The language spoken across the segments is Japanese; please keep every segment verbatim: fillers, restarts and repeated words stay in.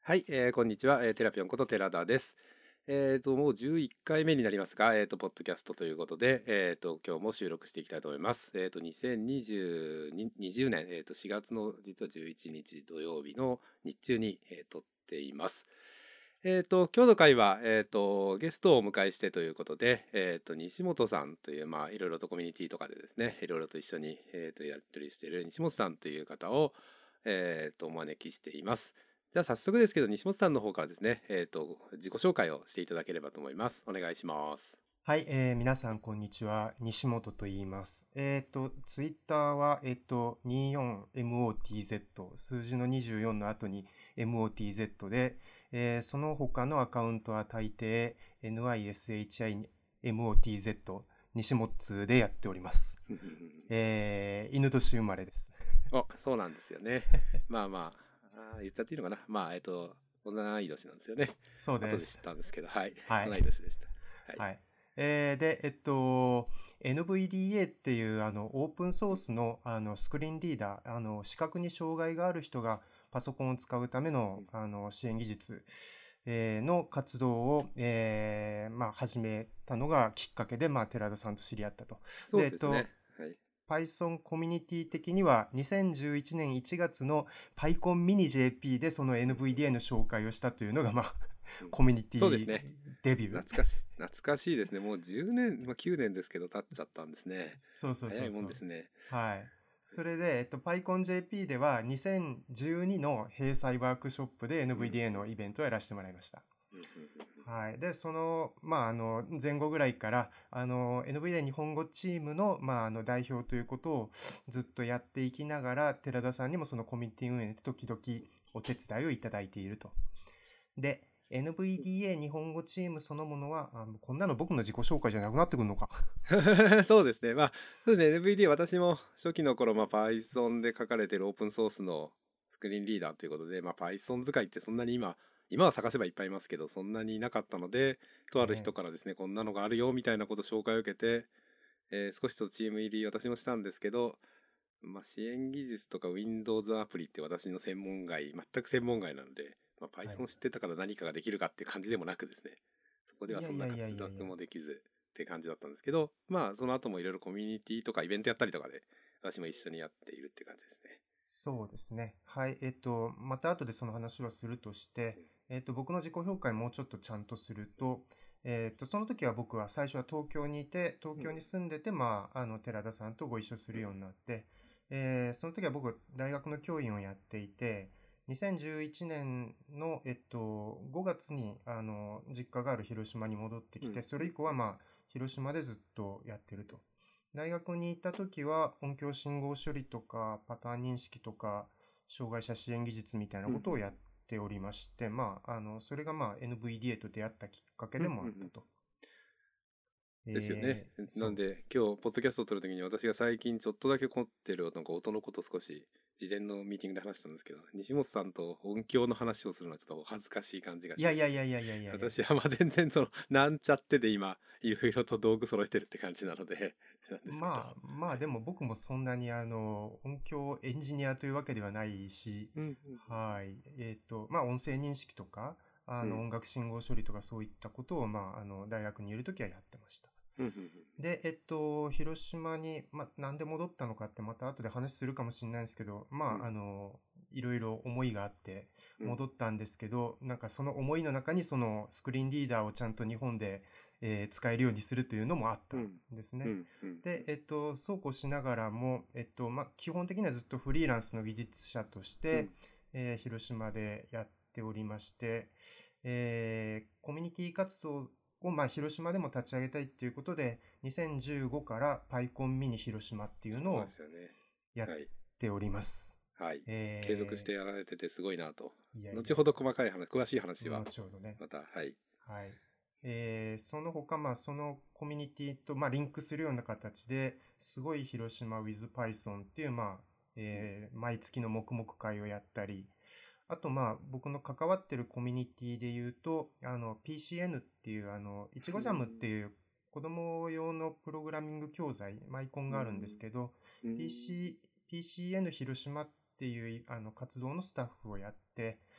はい、えーこんにちは、えーテラピョンこと寺田です。えっと、もうじゅういっかいめになりますが、えっと、ポッドキャストということで、えっと、今日も収録していきたいと思います。えっと、にせんにじゅう、にじゅうねん、えっと、しがつの実はじゅういちにち土曜日の日中に、えー撮っています。えっと、今日の回は、えっと、ゲストをお迎えしてということで、えっと、西本さんという、まあ、いろいろとコミュニティとかでですね、いろいろと一緒に、えっと、やり取りしている西本さんという方を、えっと、お招きしています。じゃあ早速ですけど、西本さんの方からですね、えっと、自己紹介をしていただければと思います。お願いします。 はい、えー、皆さん、こんにちは。西本と言います。えっと、ツイッターは、えっと、にじゅうよんエムオーティーゼット、数字のにじゅうよんの後に エムオーティーゼット で、えーその他のアカウントは大抵 ニシモティーゼット、西本でやっております。えー、犬年生まれです。 お、そうなんですよね。まあまあ、あー言っちゃっていいのかな。まあ、えっと、同い年なんですよね。後で知っそうです。 たんですけど、はい。 はい。 同い年でした。はい。 はい。えーで、えっと、エヌブイディーエー っていうあのオープンソースのあのスクリーンリーダー、あの視覚に障害がある人がパソコンを使うためのあの支援技術、えーの活動を、えーまあ、始めたのがきっかけで、まあ、寺田さんと知り合ったと。で、えっと、 そうですね。はい。 Python コミュニティ的にはにせんじゅういちねんいちがつの PyCon Mini ジェーピー でそのうんエヌブイディーエー の紹介をしたというのが、まあ、 うんコミュニティそうですね。 デビュー。 懐かし、懐かしいですね。もうじゅうねん、まあきゅうねんですけど経っちゃったんですね。 そうそう早いもそうそう。 んですね。 はい。それで、えっと、PyConJP ではにせんじゅうにの閉鎖ワークショップでうんうんエヌブイディーエー のイベントをやらせてもらいました。 うんうんはい。で、その、まあ、あの、前後ぐらいから、あの、エヌブイディーエー 日本語チームの、まあ、あの、代表ということをずっとやっていきながら、寺田さんにもそのコミュニティ運営で時々お手伝いをいただいていると。で、エヌブイディーエー 日本語チームそのものは、あのこんなの僕の自己紹介じゃなくなってくるのか。 そうですね。まあ、そうですね。エヌブイディー 私も初期の頃、まあ、Python で書かれているオープンソースのスクリーンリーダーということで、まあ、Python 使いってそんなに今、今は探せばいっぱいいますけど、そんなにいなかったので、とあるね。 人からですね、こんなのがあるよ、みたいなことを紹介を受けて、えー少しとチーム入り私もしたんですけど、まあ、支援技術とか Windows アプリって私の専門外、全く専門外なので、まあ、 はい。 Python 知ってたから何かができるかっていう感じでもなくですね、そこではそんないやいやいやいやいや。 活躍もできずって感じだったんですけど、まあその後もいろいろコミュニティとかイベントやったりとかで、私も一緒にやっているって感じですね。 そうですね。はい。えっと、また後でその話はするとして、えっと、僕の自己評価もうちょっとちゃんとすると、えっと、その時は僕は最初は東京にいて、東うん。 京に住んでて、まあ、あの、寺田さんとご一緒すうん。 るようになって、えーその時は僕、大学の教員をやっていて、にせんじゅういちねんの、えっと、ごがつに、あの、実家がある広島に戻ってうん。 きて、そうん。 れ以降は、まあ、広島でずっとやってると。大学に行った時は音響信号処理とかパターン認識とか障害者支援技術みたいなうん。うん。 ことをやっておりまして、まあ、あの、それがまあ エヌブイディーエー と出会ったきっかけでうん。うん。 もあったと。 ですよね。 えー、そう。 なんで今日ポッドキャストを撮るときに私が最近ちょっとだけ凝ってるなんか音のこと少し事前のミーティングで話したんですけど、西本さんと音響の話をするのはちょっとお恥ずかしい感じがいやしてですね。 いやいやいやいやいやいや。 私はまあ全然その、なんちゃってで今、いろいろと道具揃えてるって感じなので、なんですけど。はまあ、まあい。 でも僕もそんなにあの、音響エンジニアというわけではないし、 うん、 はい。えっと、まあ音声認識とか、あうん、うのん、 音楽信号処理とかそういったことを、まあ、あの、大学にいるときはやってました。 うん、うん、 で、えっと、広島に、ま、なんで戻ったのかってまた後で話するかもしれないんですけど、まうん、 あ、あの、いろいろ思いがあってうん、 戻ったんですけど、なんかその思いの中にそのスクリーンリーダーをちゃんと日本で、えー使えるようにするというのもあったんうん、 ですね。 うん、うん、 で、えっと、そうこうしながらも、えっと、まあ、基本的にはずっとフリーランスの技術者としうん、 て、えー広島でやっておりまして、えーコミュニティ活動を、まあ、広島でも立ち上げたいっていうことで、にせんじゅうごから PyCon Mini 広島っていうのそうでをすよね。 やっはい。 ております。 はい。継続してえやられててすごいなと。 ー、いやい後ほどやいや、 細かい話、詳しい話は、 後ほどね。 また、はい。 はい。えー、その他、まあ、そのコミュニティと、まあ、リンクするような形で、すごい広島 with Python っていう、まあ、 うん、 えー、毎月の黙々会をやったり、あと、まあ、僕の関わってるコミュニティで言うと、あの、ピーシーエヌ っていう、あの、いちごジャムっていう子供用のプログラミング教材、マイコンうん、 があるんですけど、 うん、 ピーシー、ピーシーエヌ 広島っていう、あの、活動のスタッフをやって、 うん、 あ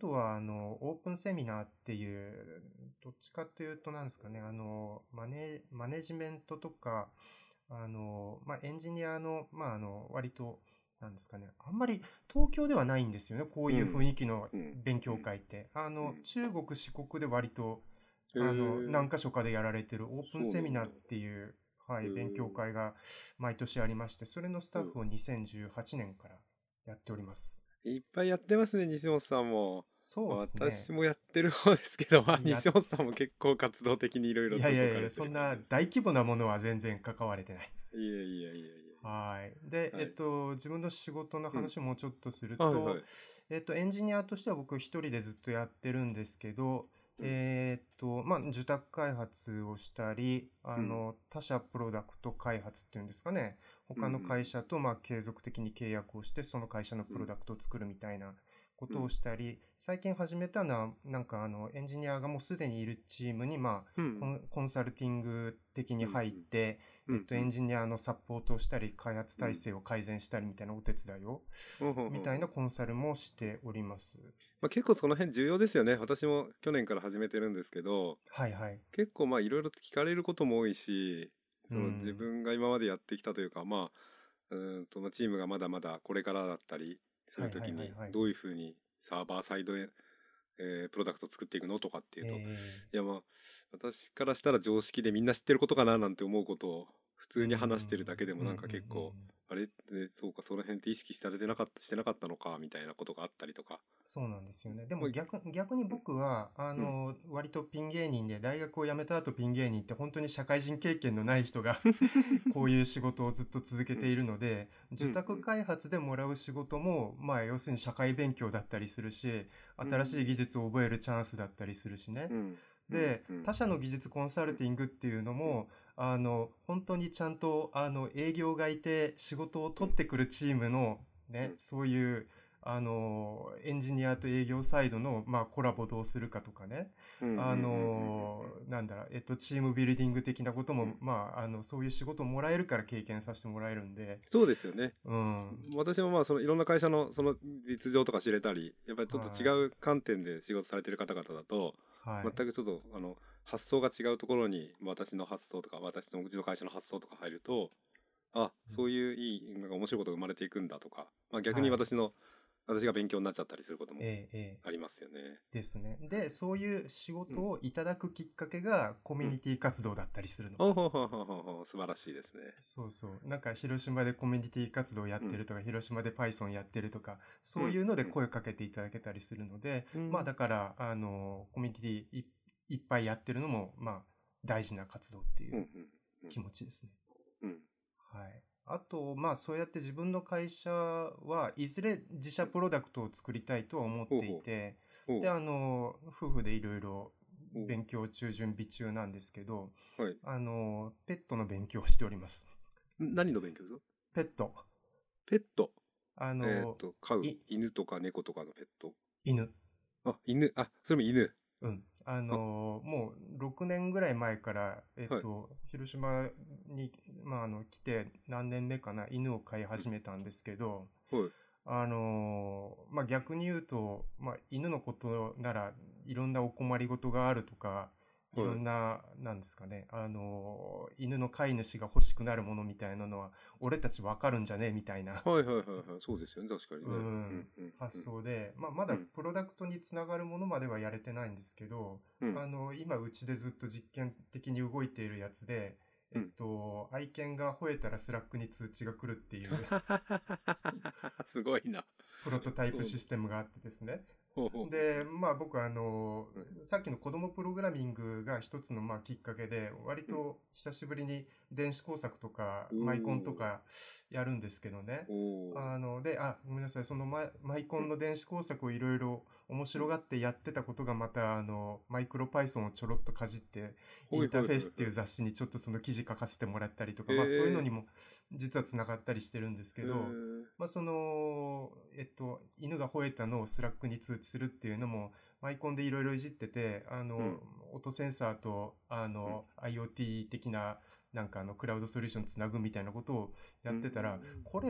とは、あの、オープンセミナーっていう、どっちかというと、なんですかね、あの、マネ、マネジメントとか、あの、まあ、エンジニアの、まあ、あの、割と、なんですかね、あんまり東京ではないんですよね、こういう雰囲気のうん。 勉強会って。あの、 うん。 中国、四国で割と、 へあの、 え、 何箇所かでやられてるオープンそうなんだ。 セミナーっていう、はへい、勉強え、 会が毎年ありまして、それのスタッうん。 フをにせんじゅうはちねんからやっております。 いっぱいやってますね、西本さんも。 そうまあですね。 私もやってる方ですけど、まあ、 や、 西本さんも結構活動的にいろいいろと動やいやいや、 かれてるそんな感じですね。 大規模なものは全然関われてない。 いやいやいやいやはい。で、 いや。はい。 えっと、自分の仕事のうん。 話をもうちょっとすると、 はいはい。 えっと、エンジニアとしては僕一人でずっとやってるんですけど、 うん。 えっと、まあ、受託開発をしたり、あうん。 の、他社プロダクト開発っていうんですかね。 うん。う他の会ん。 社と、まあ、継続的に契約をして、その会社のうん。 プロダクトを作るみたいなことをうん。 したり、最近始めたのは、なんかあの、エンジニアがもうすでにいるチームに、まあ、 うん。 コンコンサルティング的にうん。 入って、 うん。 えっと、エンジニアのサポートをしたり、開発うん。 体制を改善したりみたいなお手伝いを、 ほうほうほうほう。 みたいなコンサルもしております。 まあ、結構その辺重要ですよね。私も去年から始めてるんですけど、 はいはい。 結構まあいろいろ聞かれることも多いし、 うその自ん。 分が今までやってきたというか、まあ、うーんとまあチームがまだまだこれからだったりすはいはるときいはいはい。 にどういうふうにサーバーサイドへ、えープロダクトを作っていくのとかっていうと、 えいやまあ私からしたら常識でみんな知ってることかななんて思うことを普ー、う通に話してるだけでん。うんうんもなんか結構、 うん。 あれってそうか、その辺って意識されてなかった、してなかったのかみたいなことがあったりとか。 そうなんですよね。でまあ、 も逆、逆に僕は、あうん、 の、割とピン芸人で、大学を辞めた後ピン芸人って本当に社会人経験のない人がこういう仕事をずっと続けうん、 ているので、 うん、 受託開発でもらう仕事も、まあ要するに社会勉強だったりするし、 うん、 新しい技術を覚えるチャンスだったりするしね。 うん、うん、 で、 うん、 他社の技術コンサルティングっていうのうん、 も、あの、本当にちゃんと、あの、営業がいて仕事をうん、 取ってくるチームの、ね、 うん、 そういう、あの、エンジニアと営業サイドの、まあ、コラボどうするかとかね。 うん、うん、うん、 あうん、 の、なんだ、えっと、チームビルディング的なことも、 うん。 まあ、あの、そういう仕事をもらえるから経験させてもらえるんで、 そうですよね。 うん。 私もまあそのいろんな会社のその実情とか知れたり、やっぱりちょっとはい。 違う観点で仕事されてる方々だと、 はい。 全くちょっとあの発想が違うところに私の発想とか私のうちの会社の発想とか入ると、あ、 うん、 そういういい、なんか面白いことが生まれていくんだとか、まあ逆にはい。 私の、私が勉強になっちゃったりすることもええ、ええ。 ありますよね。 ですね。で、そういう仕事うん。 をいただくきっかけがコミうん。 ュニティ活動だったりするの。 ほうほうほうほうほうほう、素晴らしいですね。 そうそう。なんか広島でコミュニティ活動やっうん。 てるとか、広島で Python やってるとか、 うん。 そういうのでうん。 声かけていただけたりするので、まあうん。 だから、あの、コミュニティい、いっぱいやってるのも、まあ大事な活動っていううん。うん。 気持ちですね。 うん。 はい。あと、まあそうやって自分の会社はいずれ自社プロダクトを作りたいとは思っていほうほう。 て、で、 ほあの、夫婦でいろいろう。ほ勉強中、準備中なんですけど、 う。はい。 あの、ペットの勉強をしております。 ん何の勉強ですか？ ペット。 ペット。 あの、 えっと、飼う。 い、 犬とか猫とかのペット。 犬。 あ、犬。あ、それも犬。 うん。ああ、 の、もうろくねんぐらい前から、えっはい。 と、広島に、まあ、あの、来て何年目かな、犬を飼いうん。 始めたんですけど、 はい。 あのーまあ、逆に言うと、まあ、犬のことならいろんなお困りごとがあるとか、いろはい。 んな、なんですかね、あのー犬の飼い主が欲しくなるものみたいなのは、俺たちわかるんじゃねみたいな、 はいはいはいはい。そうですよね。確かにうね。うんん、 うんう発ん。 想で、まあ、まだうん。 プロダクトにつながるものまではやれてないんですけど、 うん。 あの、今うちでずっと実験的に動いているやつで、えっうん。 と、愛犬が吠えたらスラックに通知が来るっていうすごいな。 プロトタイプそう。 システムがあってですね。 ほうほうほうほで、まあ僕はあの、 う。はい。 さっきの子供プログラミングが一つのまあきっかけで、割うん。 と久しぶりに電子工作とかおマイコンとー。 かやるんですけどね。 おー。 あの、で、あ、ごめんなさい、そのマイマイコうん。 ンの電子工作をいろいろ面うん。 白がってやってたことがまたあの、マイクロ Python をちょろっとかじって、イほいほいンターフェースっていうほいほい。 雑誌にちょっとその記事書かせてもらったりとか、 へまあそういうのにえ。 も実はつながったりしてるんですけへど、 え。 まあ、その、えっと、犬が吠えたのをスラックに通知するっていうのも、マイコンでいろいろいじってて、あの、 うん。 音センサーと、あうん。 の、IoT 的な、なんかあの、クラウドソリューションつなぐみたいなことをやうってたら、 ん。 これ、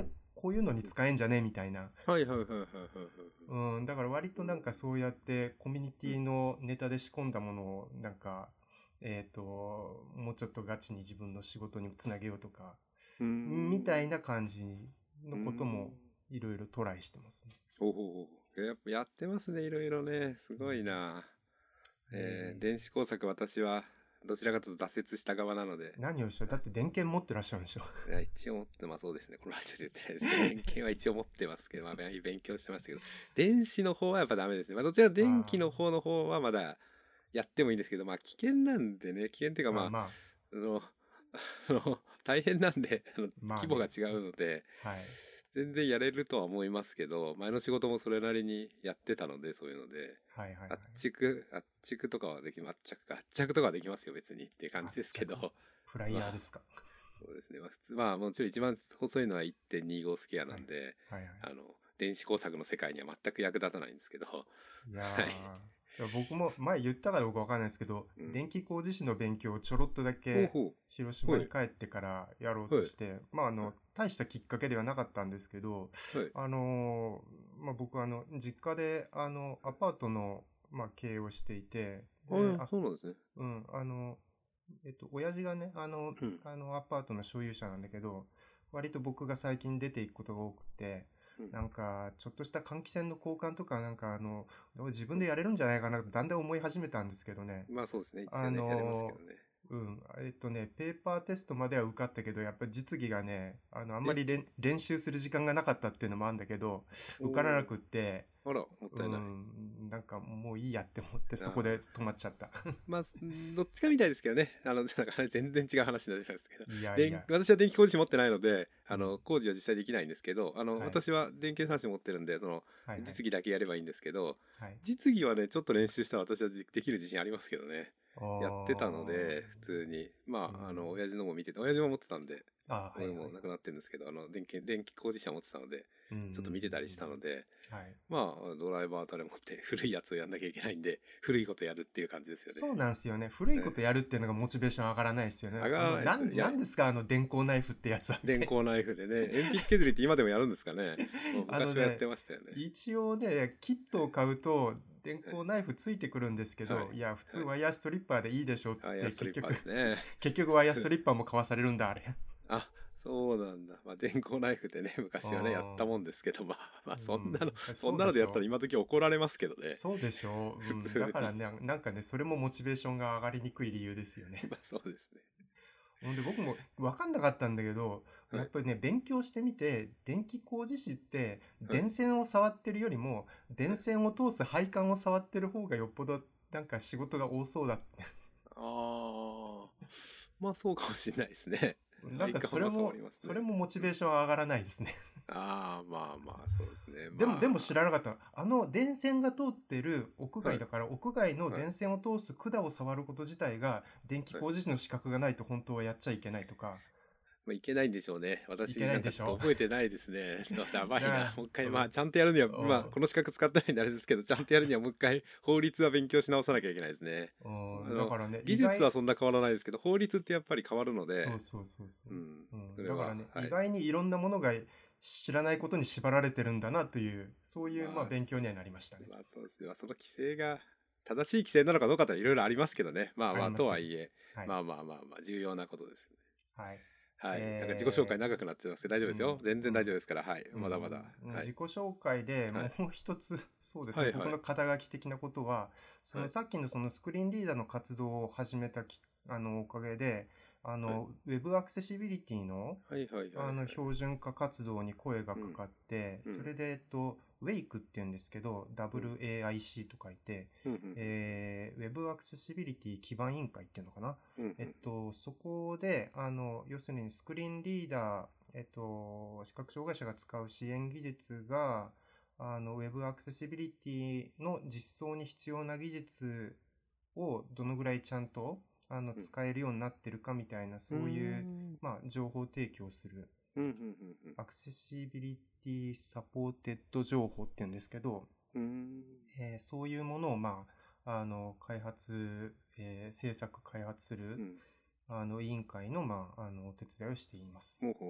こういうのに使えんじゃねみたいな。 はいはいはいはいはいはい。 うん、だから割となんかそうやってコミュニティのネタで仕込んだものをなんか、えっと、もうちょっとガチに自分の仕事につなげようとか、 うーん。 みたいな感じのことうーもんいろいろトライしてますね。 おお、やっぱやってますね、いろいろね。すごいな。えー、電子工作私はどちらかというと挫折した側なので。 何をしよう。だって電源持ってらっしゃるんでしょ。 いや一応持ってまあそうですね。このラジオで言ってないですけど、電源は一応持ってますけど、まあ勉強してましたけど、電子の方はやっぱダメですね。まあどちらか電気の方の方はまだやってもいいんですけど、まあ危険なんでね、危険っていうかまあ、 まあまあ、 あの、あの大変なんで、あのまあね規模が違うので、 はい。 全然やれるとは思いますけど、前の仕事もそれなりにやってたので、そういうので、 はいはいはい。 圧着、圧着とかはできます、圧着か、圧着とかはできますよ、別にっていう感じですけど。 プライヤーですか。 そうですね。まあ普通、まあもちろん一番細いのは いってんにじゅうご スケアなんで、 はいはい。 あの、電子工作の世界には全く役立たないんですけど、 いやー、 はいいや僕も前言ったかどうかわかんないですけど、 うん電気工事士の勉強をちょろっとだほうけほ広島に帰ってからやろうとして、まああはいの、大したきっかけではなかったんですけど、 う。はい。 あのーまあ僕あの、実家であの、アパートの、まあ、経営をしていて、でああ、 あ、 そうなんですね。 うん、あの、えっと、親父がね、あの、 うん。 あの、アパートの所有者なんだけど、割と僕が最近出ていくことが多くて、 うんなんか、ちょっとした換気扇の交換とか、なんかあの、自分でやれるんじゃないかなとだんだん思い始めたんですけどね。 まあそうですね。一あ応ね、やれますけの、 どね。 うん、えっとね、ペーパーテストまでは受かったけど、やっぱり実技がね、あの、あんまり練練習する時間がなかったっていうのもあるんだけど、 おー受からなくって、 あら、もったういない。 ん、なんかもういいやって思ってそこで止まっちゃった。 まあ、どっちかみたいですけどね。あの、だから全然違う話になりますけど。 いやいや。 電私は電気工事士持ってないので、あの、 うん工事は実際できないんですけど、あの、 はい私は電気算子持ってるんで、その、 はいはい実技だけやればいいんですけど、 はい。 実技はね、ちょっと練習したら私はできる自信ありますけどね。やってたのあで、普通に。まあ、 うんあの、親父のも見てて、親父も持ってたんで、 あ、はいはい。 俺もなくなってるんですけど、あの、電気、電気工事士は持ってたので、ちょっと見てたりしたので、 はい。 まあ、ドライバー誰持って古いやつをやんなきゃいけないんで、古いことやるっていう感じですよね。 そうなんですよね。古いことやるっていうのがモチベーション上がらないですよね。 上がらないですよねあのなんいやなんですかあの電光ナイフってやつは。 電光ナイフでね、鉛筆削りって今でもやるんですかね。もうあのね昔はやってましたよね。 一応ね、キットを買うと電光ナイフついてくるんですけど、 はいいや、普通ワイヤーストリッパーでいいでしょっつって、 ワイヤーストリ結局ッパーで、すね。 結局ワイヤーストリッパーも買わされるんだ、あれ。 あ、そうなんだ。まあ、電光ナイフでね、昔はね、 あーやったもんですけど、まあ、まあ、そんなの、 うんそんなのでやったそうでしょら今時怒られますけどね。 そうでしょう、うん、 普通にだからね、なんかね、それもモチベーションが上がりにくい理由ですよね。 まあ、そうですね。 ほんで僕も分かんなかったんだけど、 はいやっぱりね、勉強してみて、電気工事士って、 はい電線を触ってるよりも、電線を通す配管を触ってる方がよっぽど、なんか仕事が多そうだって。 ああ、まあそうかもしれないですね。 なんかそれも、それもモチベーション上がらないですね。 ああ、まあまあ、そうですね。 でも、 まあでも知らなかった。あの電線が通ってる屋外だから、屋外のはい電線を通す管を触ること自体が、電気工事士の資格がないと本当はやっちゃいけないとか。 まあ、いけないんでしょうね。私いけないんでしょなんかちょっと覚えてないですね。やばいだからな。もう一回、 うんまあ、ちゃんとやるには、 うんまあ、この資格使ってないんであれですけど、ちゃんとやるにはもう一回、法律は勉強し直さなきゃいけないですね。 うんあのだからね、 技意外術はそんな変わらないですけど、法律ってやっぱり変わるので、 そうそうそうそうう。 んうんそれはだからね、 はい意外にいろんなものが知らないことに縛られてるんだなという、そういう、 まあまあ、勉強にはなりましたね。 まあそうですね。まあその規制が、正しい規制なのかどうかっていろいろありますけどね。まあまあ、 ありますねとはいえ、 はい。 まあまあまあまあ、重要なことですよね。 はい。 はい。 えーなんか自己紹介長くなっちゃいますけど、大丈夫ですよ。 うん全然大丈夫ですから、はい。まだまだ。はいうん自己。紹介ではいもう一つ、そうですね、 はいはい僕の肩書き的なことは、そはいのさっきのそのスクリーンリーダーの活動を始めたきあのおかげで、あの、ウェブアクセシビリティのはいはいはい。 あの標準化活動に声がかかって、 うんうんそれで、えっと、ウェイクって言うんですけど、ダブリューエーアイシー と書いて、 うんうんえー、ウェブアクセシビリティ基盤委員会っていうのかな。 うんうんえっと、そこで、あの、要するにスクリーンリーダー、えっと、視覚障害者が使う支援技術が、あの、ウェブアクセシビリティの実装に必要な技術をどのぐらいちゃんと、あの、 うん使えるようになってるかみたいな、そういう、まあ、情報提供する、 うんうんうんうんアクセシビリティサポーテッド情報って言うんですけど、 うんえーそういうものを、まあ、あの、開発、えー制作開発する、 うんあの、委員会の、まあ、あの、お手伝いをしています。 ほうほうほう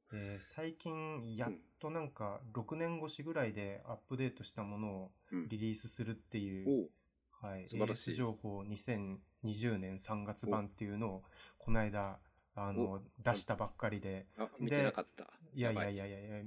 えー最近やっうんとなんかろくねん越しぐらいでアップデートしたものをうんリリースするっていう、 おうはい、 素晴らエーエスしい。 情報にせんにじゅうねんさんがつお版っていうのをこの間あおの出あしたばっかりで、 あ見てなで、 かった。 いやいやばい。 やいやいやいや、うん、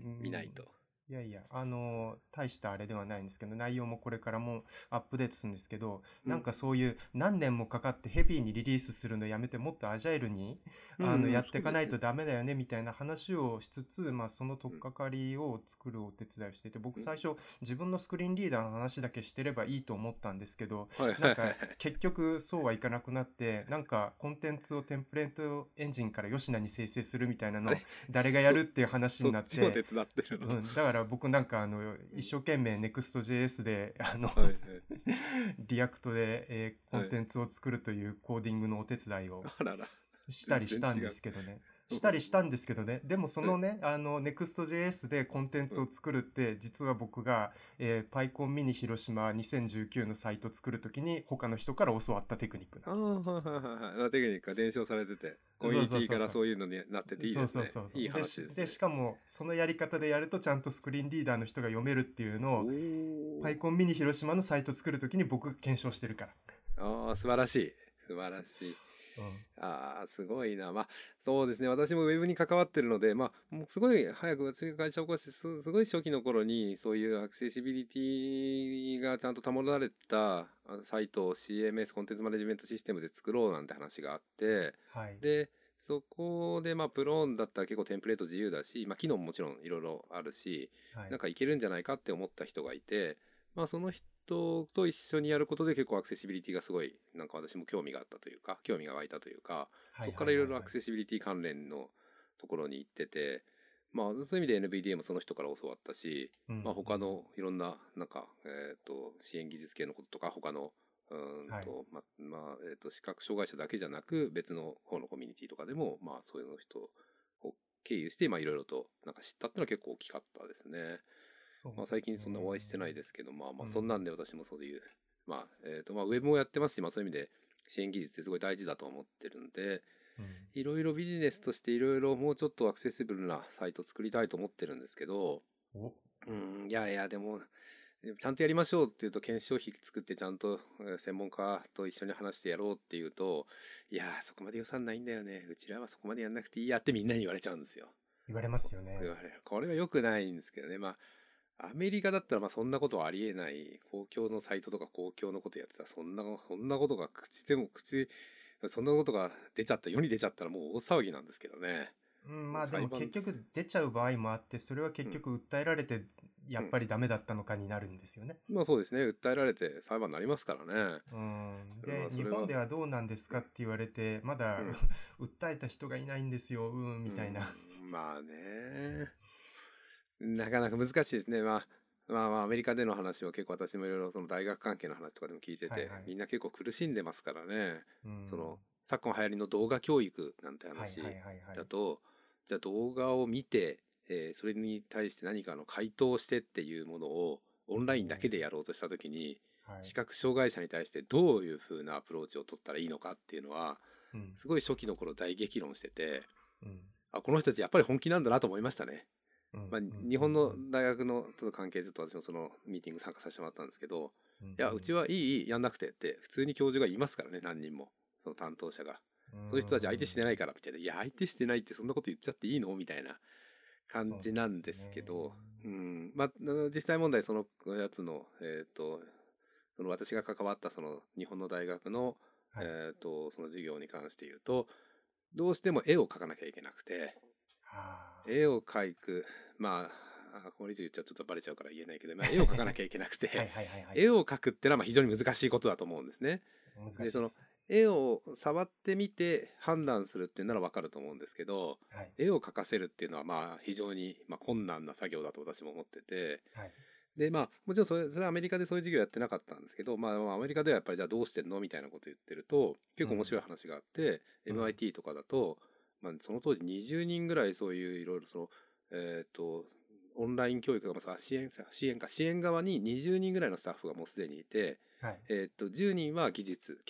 見ないと。 いやいや、あの、大したあれではないんですけど、内容もこれからもアップデートするんですけど、なんうんかそういう何年もかかってヘビーにリリースするのやめてもっとアジャイルにあの、 うんうんやっていかないそうですね。 とダメだよねみたいな話をしつつ、まあその取うんっかかりを作るお手伝いをしていて、僕うん最初自分のスクリーンリーダーの話だけしてればいいと思ったんですけど、 はいはいはいはなんかい。 結局そうはいかなくなって、なんかコンテンツをテンプレートエンジンから吉野に生成するみたいなのをあれ誰がやるそっていう話にそっなって、 ちも手伝ってるの。 うん、だから僕なんかあのうん一生懸命 ネクストジェイエス であのはいはいリアクトで、えーコはい。 ンテンツを作るというコーディングのお手伝いをあらら。 した全りしたんで然違う。 すけどね。 うんしたりしたんですけどね。でもそはいのね、あの ネクストジェイエス でコンテンツを作るって実は僕が、えー、PyCon mini 広島にせんじゅうきゅうのサイト作るときに他の人から教わったテクニックなああ、はいはいはいはい。テクニックが伝承されてて、コミュそうニティからそうそうそう。 そういうのになってていいそうですね。 そうそうそう。 いいで、しで、 話ですね。 しかも、そのやり方でやるとちゃんとスクリーンリーダーの人が読めるっていうのおを、 お。 PyCon mini 広島のサイト作るときに僕が検証してるから。 ああ、素晴らしい。素晴らしい。 うん。 ああ、すごいな。まあ、そうですね。私もウェブに関わってるので、まあ、もうすごい早く私が会社を起こして、す、すごい初期の頃に、そういうアクセシビリティがちゃんと保たれたあのサイトを シーエムエス、コンテンツマネジメントシステムで作ろうなんて話があって、 はい。 で、そこで、まあ、プローンだったら結構テンプレート自由だし、まあ、機能ももちろんいろいろあるし、 はい。 なんかいけるんじゃないかって思った人がいて、まあ、その人と一緒にやることで結構アクセシビリティがすごい、なんか私も興味があったというか、興味が湧いたというか、 はいそこからいろいろアはいはいはい。 クセシビリティ関連のところに行ってて、まあ、そういう意味で エヌブイディー もその人から教わったし、 うん。 まあ、他のいろんな、なんか、えっと、支援技術系のこととか、他の、うーんはい。 と、ま、まあ、えっと、視覚障害者だけじゃなく、別の方のコミュニティとかでも、まあ、そういうの人を経由して、まあ、いろいろと、なんか知ったっていうのは結構大きかったですね。まあ、 そうです最近そんなお会いしてないでね。 すけど、まあまあ、 うん。 そんなんで私もそういう、まあ、えっと、まあ、ウェブもやってますし、まあ、そういう意味で支援技術ってすごい大事だと思ってるんで、 うん。 いろいろビジネスとしていろいろもうちょっとアクセシブルなサイト作りたいと思ってるんですけど、 お、 うん、いやいや、でも、ちゃんとやりましょうっていうと、検証費作ってちゃんとえー専門家と一緒に話してやろうっていうと、いやー、そこまで予算ないんだよね。うちらはそこまでやんなくていいやってみんなに言われちゃうんですよ。 言われますよね。 言われる。これは良くないんですけどね。まあ、アメリカだったらまあそんなことはありえない。公共のサイトとか公共のことやってたら、そんな、そんなことが口でも口、そんなことが出ちゃった、世に出ちゃったらもう大騒ぎなんですけどね。 うん、 もうまあでも裁判、 結局出ちゃう場合もあって、それは結うん、 局訴えられて、やうん。 っぱりダメだったのかになるんですよね。 まあそうですね。訴えられて裁判になりますからね。 うん。 まで、 あそれは、 日本ではどうなんですかって言われて、まだうん、 訴えた人がいないんですよ、うん、 うみたいな。 ん、まあね。なかなか難しいですね。まあ、まあまあアメリカでの話は結構私もいろいろその大学関係の話とかでも聞いてて、 はいはい。 みんな結構苦しんでますからね。 うん。 その、昨今流行りの動画教育なんてはいはい話はいはい。 だと、じゃあ動画を見て、えーそれに対して何かの回答をしてっていうものをオンラインだけでやろうとしたときに、 はい。 視覚障害者に対してどういう風なアプローチを取ったらいいのかっていうのは、 うん。 すごい初期の頃大激論してて、 うん。 あ、この人たちやっぱり本気なんだなと思いましたね。 うん。 まあ、 うん。 日本の大学のちょっと関係でちょっと私もそのミーティング参加させてもらったんですけど、 うん。 いや、うちはいい、いい、やんなくてって普通に教授が言いますからね、何人も。その担当者が。 うん。 そういう人たち相手してないからみたいな。いや、相手してないってそんなこと言っちゃっていいのみたいな感そうじなんですですね。 けど、うん。まあ、実際問題そのやつの、えっと、その私が関わったその日本の大学の、 はい。 えっと、その授業に関して言うと、どうしても絵を描かなきゃいけなくて、 は絵を描く、まあ、あこれ以上言っちゃちょっとバレちゃうから言えないけど、まあ、絵を描かなきゃいけなくあ。はいて、 はいはいはい。 絵を描くってのはまあ非常に難しいことだと思うんですね。で、その難しいです。 絵を触ってみて判断するっていうならわかると思うんですけど、 はい。 絵を描かせるっていうのはまあ非常にまあ困難な作業だと私も思ってて、 はい。 で、まあもちろんそれ、それはアメリカでそういう授業やってなかったんですけど、まあまあアメリカではやっぱりじゃあどうしてんのみたいなこと言ってると、結構面白い話があって、 うん。 エムアイティー とかだと、まあその当時にじゅうにんぐらいそういういろいろその、えっと、オンライン教育がまあさ支援、支援か、支援側ににじゅうにんぐらいのスタッフがもうすでにいて、 はい。 えっと、じゅうにんは技術系、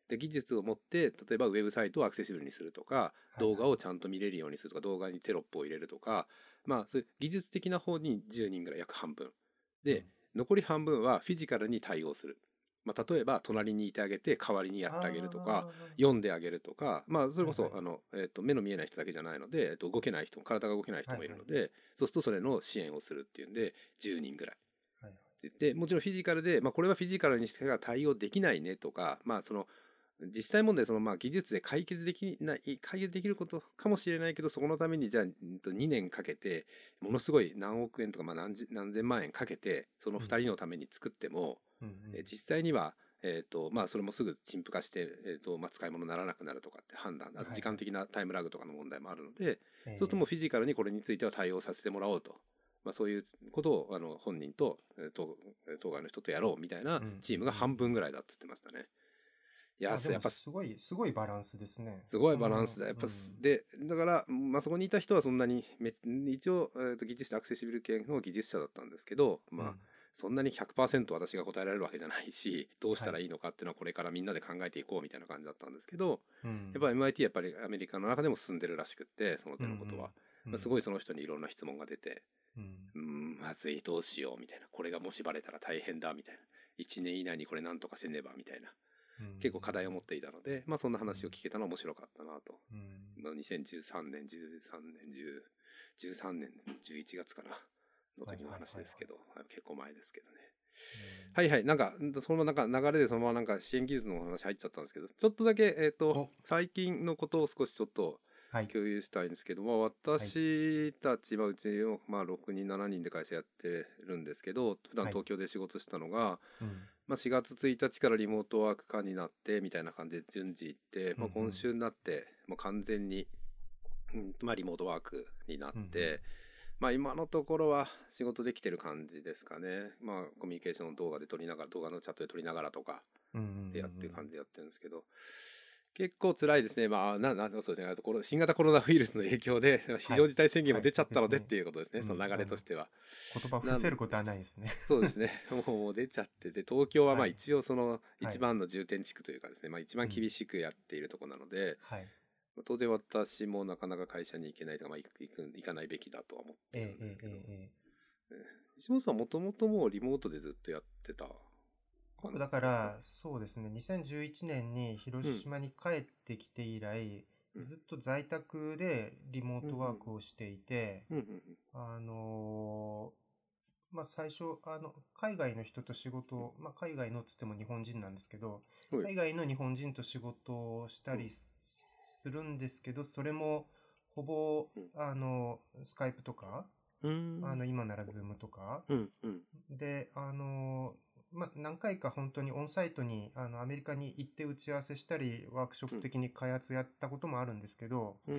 で技術を持って例えばウェブサイトをアクセシブルにするとか、はい、動画をちゃんと見れるようにするとか、動画にテロップを入れるとか、まあそういう技術的な方にじゅうにんぐらい、約半分で、うん、残り半分はフィジカルに対応する。まあ、例えば隣にいてあげて代わりにやってあげるとか、読んであげるとか、まあそれこそ、はいはい、あの、えーと、目の見えない人だけじゃないので、えーと、動けない人も、体が動けない人もいるので、はいはい、そうするとそれの支援をするっていうんでじゅうにんぐらい、はいはい、でもちろんフィジカルで、まあ、これはフィジカルにしか対応できないねとか、まあその実際問題、そのまあ技術で解決できない、解決できることかもしれないけど、そこのためにじゃあにねんかけてものすごい何億円とか、まあ 何, 何千万円かけてそのふたりのために作っても、うんうんうん、実際にはえーとまあ、それもすぐ陳腐化して、えーとまあ、使い物にならなくなるとかって判断、あと時間的なタイムラグとかの問題もあるので、はい、そうするともうフィジカルにこれについては対応させてもらおうと、まあ、そういうことをあの本人と当該の人とやろうみたいなチームが半分ぐらいだって言ってましたね。 いや、やっぱすごいすごいバランスですね。 すごいバランスだやっぱ、うん、でだから、まあ、そこにいた人はそんなにめ一応、えー、と技術者アクセシビル系の技術者だったんですけど、まあ、うんそんなに ひゃくパーセント 私が答えられるわけじゃないし、どうしたらいいのかっていうのはこれからみんなで考えていこうみたいな感じだったんですけど、うん、やっぱ エムアイティー やっぱりアメリカの中でも進んでるらしくって、その手のことは、うんうん、すごいその人にいろんな質問が出て、うん、うーんまずいどうしようみたいな、これがもしバレたら大変だみたいな、いちねん以内にこれなんとかせねばみたいな、うん、結構課題を持っていたので、まあそんな話を聞けたのは面白かったなと、うん、にせんじゅうさんねんじゅうさんねんじゅうさんねんじゅういちがつかなの時の話ですけど、はいはいはいはい、結構前ですけどね。はいはい、なんかそのなんか流れでそのままなんか支援技術のお話入っちゃったんですけど、ちょっとだけえっと最近のことを少しちょっと共有したいんですけども、はい、私たち、まあ、うちの、まあ、ろくにんしちにんで会社やってるんですけど、普段東京で仕事したのが、はいうんまあ、しがつついたちからリモートワーク化になってみたいな感じで順次いって、まあ、今週になってもう完全に、うんまあ、リモートワークになって、うんうんまあ今のところは仕事できてる感じですかね。まあコミュニケーションを動画で撮りながら、動画のチャットで撮りながらとかでやってる感じでやってるんですけど、結構辛いですね。まあな、な、そうですね。この新型コロナウイルスの影響で非常事態宣言も出ちゃったのでっていうことですね。はいはい、その流れとしては。 うん、言葉を伏せることはないですね。 そうですね。もう出ちゃってて、東京はまあ一応その一番の重点地区というかですね、まあ一番厳しくやっているところなので、はい。当然私もなかなか会社に行けないとか、まあ、行く行かないべきだとは思ってるんですけど、ええええ、石本さんもともともうリモートでずっとやってた僕だからそうですねにせんじゅういちねんに広島に帰ってきて以来、うん、ずっと在宅でリモートワークをしていて、うんうん、あのー、まあ最初あの海外の人と仕事、まあ海外のっつっても日本人なんですけど、うん、海外の日本人と仕事をしたりするんですけど、それもほぼ、うん、あのスカイプとか、うん、あの今ならズームとか、うんうん、であのまあ何回か本当にオンサイトにあのアメリカに行って打ち合わせしたりワークショップ的に開発やったこともあるんですけど、うん、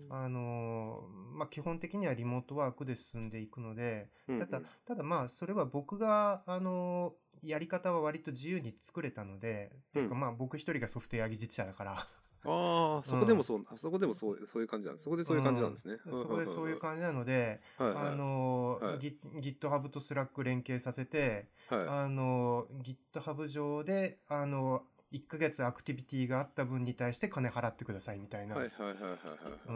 あのまあ基本的にはリモートワークで進んでいくので、うんうん、ただただまあそれは僕があのやり方は割と自由に作れたので、うん、というかまあ僕一人がソフトウェア技術者だからああ、そこでもそう、うん、そこでもそう、そういう感じなんです。そこでそういう感じなんですね。 うん、そこでそういう感じなので、はいはい、あの、はい、GitHub と Slack 連携させて、はい、あの、GitHub 上で、あの、いっかげつアクティビティがあった分に対して金払ってくださいみたいな。はいはいはいはい、はい。うん。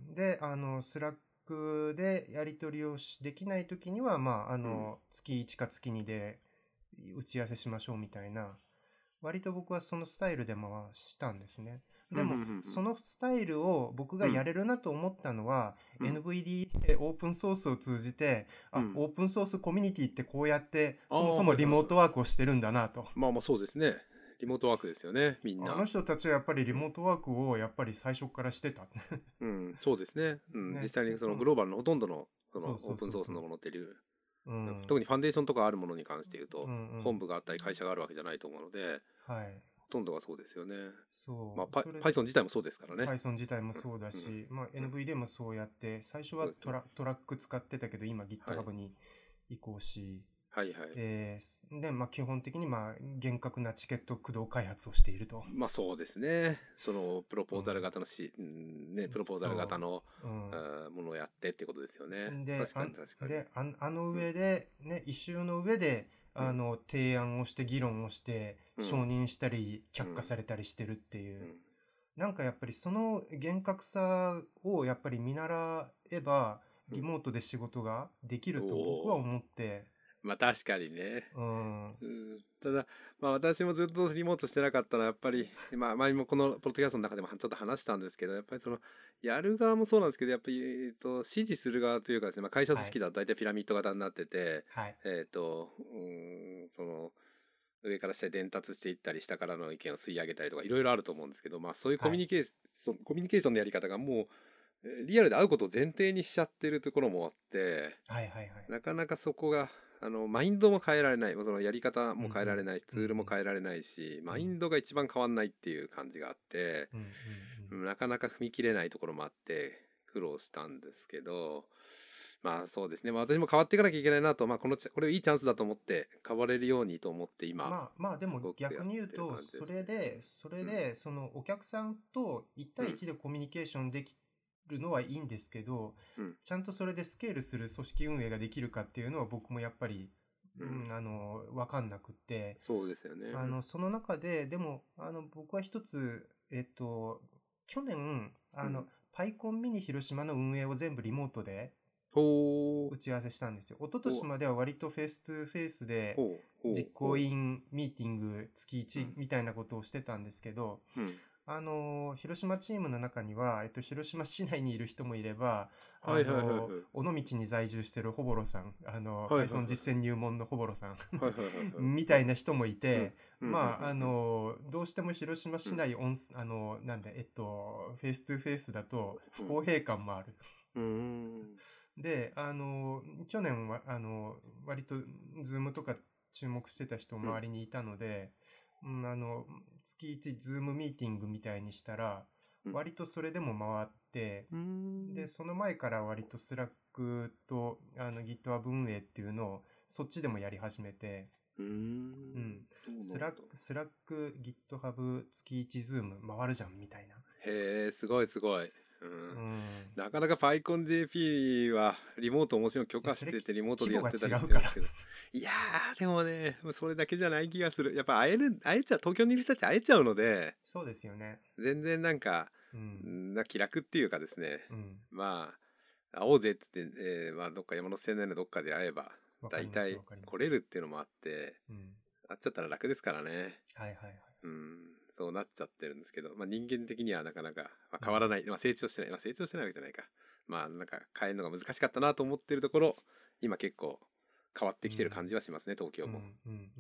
で、あの、Slack でやり取りをしできないときには、まあ、あの、うん、月いちか月にで打ち合わせしましょうみたいな。割と僕はそのスタイルで回したんですね。でも、そのスタイルを僕がやれるなと思ったのは、うん、エヌブイディー でオープンソースを通じて、うん、あ、オープンソースコミュニティってこうやって、そもそもリモートワークをしてるんだなと。 まあまあそうですね。リモートワークですよね、みんな。 あの人たちはやっぱりリモートワークをやっぱり最初からしてた。 うん、そうですね。うん、ね、実際にそのグローバルのほとんどのそのオープンソースのものっていう、うん、特にファンデーションとかあるものに関して言うと、うんうん、本部があったり会社があるわけじゃないと思うので、はい。ほとんどがそうですよね。そう。まあ、Python 自体もそうですからね。 Python 自体もそうだし、うんまあ、エヌブイ でもそうやって、最初はトラ、トラック使ってたけど、今 GitHub に移行し、はいはい。えー、で、まあ、基本的に、まあ、厳格なチケット駆動開発をしていると。 まあ、そうですね。その、プロポーザル型のし、うん、ね、プロポーザル型の、うん、ものをやってってことですよね。で、確かに確かに。 で、ああの上で、ね、一周の上で、 あの、提案をして議論をしてうん承認したり却下されたりしてるっていう、 うんなんかやっぱりその厳格さをやっぱり見習えばリモートで仕事ができると僕はおー思って、 まあ確かにね。 うん、 うん、ただ、まあ私もずっとリモートしてなかったのはやっぱり、まあ前もこのポッドキャストの中でもちょっと話したんですけど、やっぱりその、やる側もそうなんですけど、やっぱり、えっと、指示する側というかですね、まあ会社組織だと大体ピラミッド型になってて、 はい、 えっと、うん、その、上から下へ伝達していったり、下からの意見を吸い上げたりとか、いろいろあると思うんですけど、まあそういうコはい、 ミュニケーション、コミュニケーションのやり方がもう、えーリアルで会うことを前提にしちゃってるところもあって、 はい、はい、はい。 なかなかそこが、あの、マインドも変えられない、そのやり方もうんうん変えられないし、ツールも変えられないし、マインドが一番変わんないっていう感じがあって、 うんうんうんなかなか踏み切れないところもあって、苦労したんですけど、まあそうですね。まあ私も変わっていかなきゃいけないなと、まあこのチャ、これいいチャンスだと思って、変われるようにと思って今、 まあまあでもすごくや逆に言うってると、 感じです。 それで、それで、そのお客さんといち対いちでコミュニケーションできるのはいいんですけど、 うん。 ちゃんとそれでスケールする組織運営ができるかっていうのは僕もやっぱり、 ううんん、あの、わかんなくって、 そうですよね。 あの、その中で、でも、あの、僕は一つ、えっと、去年、あの、 うん。 パイコンミニ広島の運営を全部リモートでほー、 打ち合わせしたんですよ。一昨ほう、 年までは割とフェイス2フェイスでほう、ほう、 実ほう。 行委員ミーティング月いちうん。 みたいなことをしてたんですけど、 うん。 あの、広島チームの中には、えっと、広島市内にいる人もいれば、あはいはいはいはい。 の、尾道に在住してるホボロさん、あの、 はいはいはい。 Python 実践入門のホボロさんはいはいはいはい。 みたいな人もいうん。 て、 うん。うん。 まあ、あうん。 の、どうしても広島うん。 市内オンス、あの、なんだ、えっと、フェイストゥフェイスだと不うん。 公平感もある。 うーん。 で、あの、去年は、あの、割と、ズームとか注目してた人うん。 周りにいたので、うん、あの、月いちズームミーティングみたいにしたら、 うん。 割とそれでも回って、 うーで、 ん。 その前から割とスラックと、あの、GitHub 運営っていうのを、そっちでもやり始めて、 うーん。 うん。 そうなんだ。 スラック、スラック、GitHub、月いちズーム回るじゃん、みたいな。 へえ、すごいすごい。うん。 うん。 なかなか PyConJP はリモートもちろん許いや、それ、 可しててリモート規模がでやってたり違うから。 してるんですけど。いやー、でもね、それだけじゃない気がする。やっぱ会える、会えちゃう、東京にいる人たち会えちゃうので、 そうですよね。 全然なんか、 うん。 な気楽っていうかですね。 うん。 まあ、会おうぜって言って、えーまあ、どっか山手線内のどっかで会えば、 わかります、 大体わかります。 来れるっていうのもあって、 うん。 会っちゃったら楽ですからね。 はいはいはい。 うん、そうなっちゃってるんですけど、まあ人間的にはなかなか、まあ、 うん。 変わらない、まあ成長してない、まあ成長してないわけじゃないか。まあなんか変えるのが難しかったなと思ってるところ、今結構変わってうん。 きてる感じはしますね、東京うん。うも。 ん。うん。うん。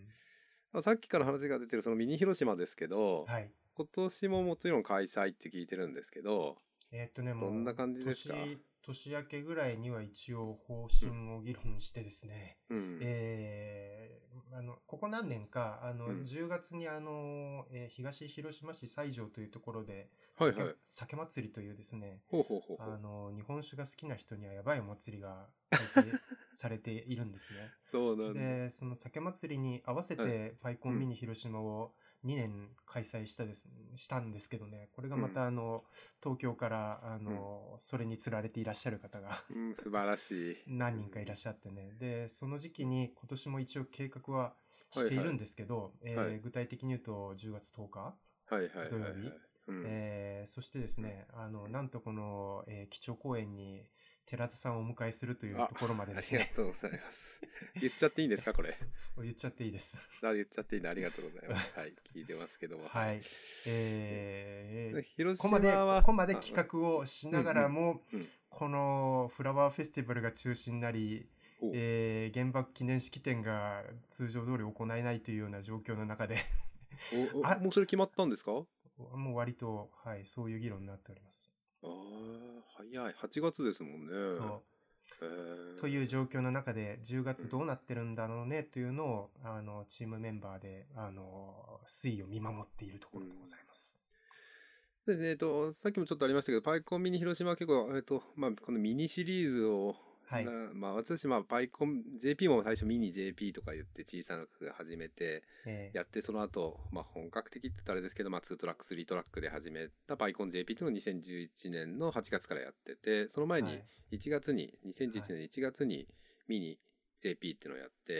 まあ、さっきから話が出てるそのミニ広島ですけど、 はい。 今年ももちろん開催って聞いてるんですけど、 えーっとね、もう、 どんな感じですか？ 年、年明けぐらいには一応方うん、 針を議論してですね、 うん、 えー、あの、ここ何年か、あの、 うん。 じゅうがつにあの、えー東広島市西条というところで、酒、 はいはい。 酒祭りというですね、 ほうほうほうほう。 あの、日本酒が好きな人にはやばいお祭りが開催されているんですね。 そうなんだ。 で、その酒祭りに合わせはい。 て、パイコうん、 ンミニ広島をにねん開催したです、したんですけどね、これがまうん、 たあの、東京からあうん。 の、それに釣られていらっしゃる方がうん、素晴らしい。 何人かいらっしゃってね。で、その時期に今年も一応計画はうん、はいはい。 しているんですけど、 はい。 えー具体的に言うとじゅうがつとおかはいはいはいはい。 土曜日。 うん。 えーそしてですうん。 ね、あの、なんとこの、えー基調講演に寺田さんをお迎えするというあ、 ところまでありがですねとうございます。言っちゃっていいんですか、これ。 言っちゃっていいですあ、言っちゃっていいのありがとうございます。はい。聞いてますけども、はい。 はい。えー、 広ここまで、 島は、 ここまであ、 企画をしながらうんうん。 も、 うん。 このフラワーフェスティバルが中止になり、 おう。 えー、原爆記念式典が通常通り行えないというような状況の中でお、お、 あ、 もうそれ決まったんですか？あもう割と、はい、そういう議論になっております。 あー、早い。はちがつですもんね。 そう。 へというえ。 状況の中で、10 うん。 月どうなってるんだろうねというのを、あの、チームメンバーで、あの、推移を見守っているところでごうん。 ざいます。 でね、えっと、さっきもちょっとありましたけど、パイコンミニ広島は結構、えっと、まあ、このミニシリーズを、 はい。 なまあ、私、まあ、パイコン、ジェーピー も最初ミニ ジェーピー とか言って小さなく始めて、 えやって、その後、まあ、本格的って言ったらあれですけど、まあ、にトラック、さんトラックで始めたパイコン ジェーピー っていうのをにせんじゅういちねんのはちがつからやってて、その前ー、はにい。 いちがつに、2011 はい。 年いちがつにミニ ジェーピー っていうのをやって、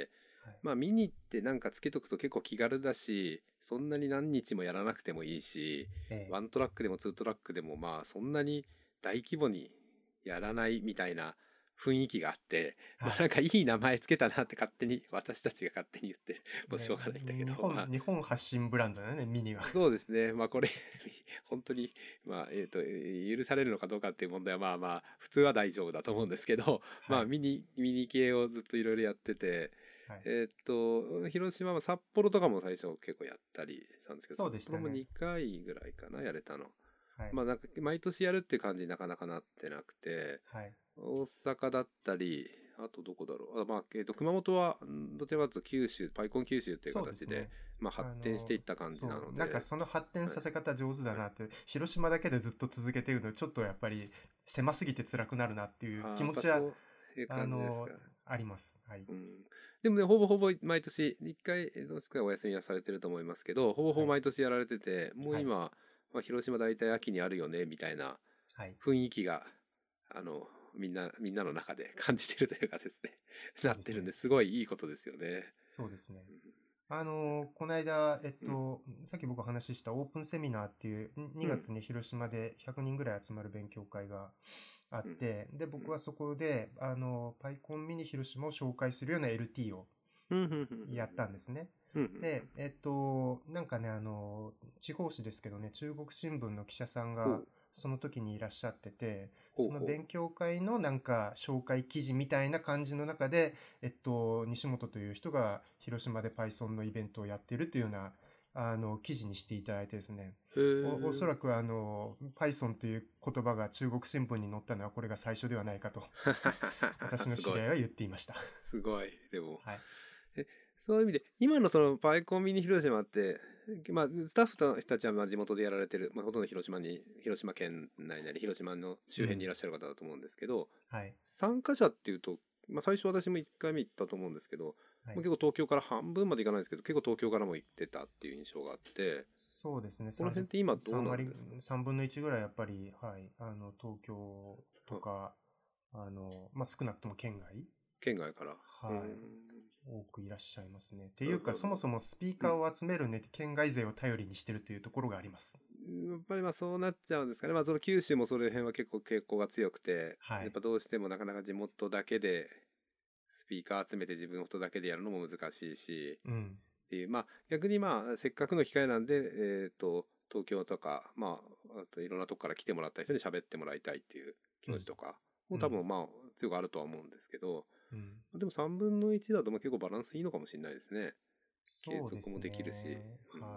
はい。 まあ見に行ってなんかつけとくと結構気軽だし、そんなに何日もやらなくてもいいし、 えワントラックでもツートラックでもまあそんなに大規模にやらないみたいな雰囲気があって、 え。はい。 まあなんかいい名前つけたなって勝手に、私たちが勝手に言ってもうしょうね、 がないんだけど、 日本、 まあ日本発信ブランドだね、ミニは。 そうですね。まあこれ本当に、まあ、えっと、許されるのかどうかっていう問題はまあまあ、普通は大丈夫だと思うんですけど、まはい。 あミニ、ミニ系をずっといろいろやってて、 はい。 えっと、広島は札幌とかも最初結構やったりしたんですけど、 そう札幌もでしたね。 にかいぐらいかな、やれたの。 はい。 まあなんか毎年やるっていう感じになかなかなってなくて、 はい。 大阪だったり、あとどこだろう。あまあ、えっと、熊本は、んどちらかというと九州、パイコン九州っていう形で、 そうですね。 まあ発あの、 展していった感じなそう、なんかので、 その発展はい。 させ方上手だはい。 なって、広島だけでずっと続けてるの、ちょっとやっぱり狭すぎて辛くなるなっていうああ、やっ気持ちは、 ぱそういうあの、 感じですか。 あります。はい。 うん。でもね、ほぼほぼ毎年、一回、どうですかお休みはされてると思いますけど、ほぼほぼはい。 毎年やられてて、もうはい。 今、まあ、広島大体秋にあるよね、みたいなはい。 雰囲気が、あの、みんな、みんなの中で感じてるというかですね、なってるんで、 そうですね。 すごいいいことですよね。 そうですね。 うん。 あの、この間、えっうん。 と、さっき僕お話ししたオープンセミナーっていう、 うん。 にがつに広島でひゃくにんぐらい集まる勉強会があっうん。 て、で、 うん。 僕はそこで、あの、パイコンミニ広島を紹介するような エルティー をうん。うん。うん。 やったんですね。 うん。 で、えっと、なんかね、あの、地方紙ですけどね、中国新聞の記者さんがほう。 その時にいらっしゃってて、そのほうほ勉強会のなんか紹介記事みたいな感じの中で、えっと、西本という人が広島で Python のイベントをやってるというような、あの、記事にしていただいてですね、 う。へお、おそえ。 らくあの、Python という言葉が中国新聞に載ったのはこれが最初ではないかと、私のすごい。 知り合いは言っていました。 すごい。でも、 はい。 え、そういう意味で、今のそのパイコンビニ広島って、まあ、スタッフの人たちはまあ地元でやられてる、まあ、ほとんど広島に、広島県内なり、広島の周うん。 辺にいらっしゃる方だと思うんですけど、 はい。 参加者っていうと、まあ、最初私もいっかいめ行ったと思うんですけど、まあ、 はい。 結構東京から半分まで行かないんですけど、結構東京からも行ってたっていう印象があって、 そうですね。 この辺さんじゅう、 って今どう 3割、 なんですか？ さんぶんのいちぐらいやっぱり、はい、あの、東京とはか、あの、まあ、少なくとも県外、 県外から。うーはい、 ん。 多くいらっしゃいますね。っていうか、 なるほど、なるほど。 そもそもスピーうん。 カーを集めるねって県外勢を頼りにしてるというところがあります。 やっぱりまあそうなっちゃうんですかね。まあその九州もその辺は結構傾向が強くて、 はい。 やっぱどうしてもなかなか地元だけでスピーカー集めて自分の人だけでやるのも難しいし、 うん。 っていう、まあ逆にまあせっかくの機会なんで、えっと、東京とか、まあ、あといろんなとこから来てもらった人に喋ってもらいたいっていう気うん。 持ちとか、もうん。 う多分まあ強くあるとは思うんですけど、 うん。 でもさんぶんのいちだとまあ結構バランスいいのかもしれないですね。継そうです続もできるし。 ね。 うん。 はい。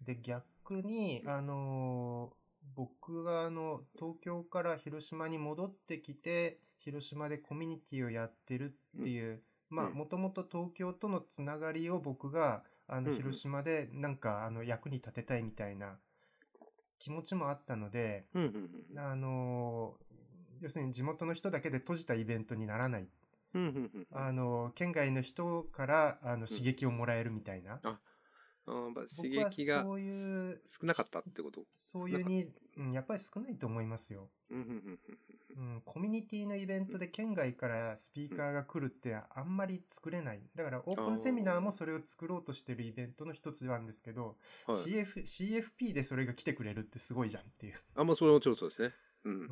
で、逆に、 うん。 あのー僕があの、東京から広島に戻ってきて、広島でコミュニティをやってるうん。 っていう、まあ、 うん。 もともと東京とのつながりを僕が、あの、 うん。 広島でなんか、あの、役に立てたいみたいな気持ちもあったので、 うん。うん。うん。 あのー要するに地元の人だけで閉じたイベントにならない。 うん。うん。うん。うん。 あの、県外の人から、あの、 うん。 刺激をもらえるみたいな。 あ、あーまあ刺僕は激がそういう少なかったってこと？ そう少なかった。 いうニーズ、うん、やっぱり少ないと思いますよ。 うん、うん、うん、 うん、コミュニティのイベンうん、 トで県外からスピーうん。 カーが来るってあんまり作れない。だからオーあプンセミナーもそれを作ろうとしてるイベントの一つなんですけど、 あ、はい。 シーエフ、シーエフピー でそれが来てくれるってすごいじゃんっていう。 あ、まあ、それはもちろんそうですね。うん。 うん。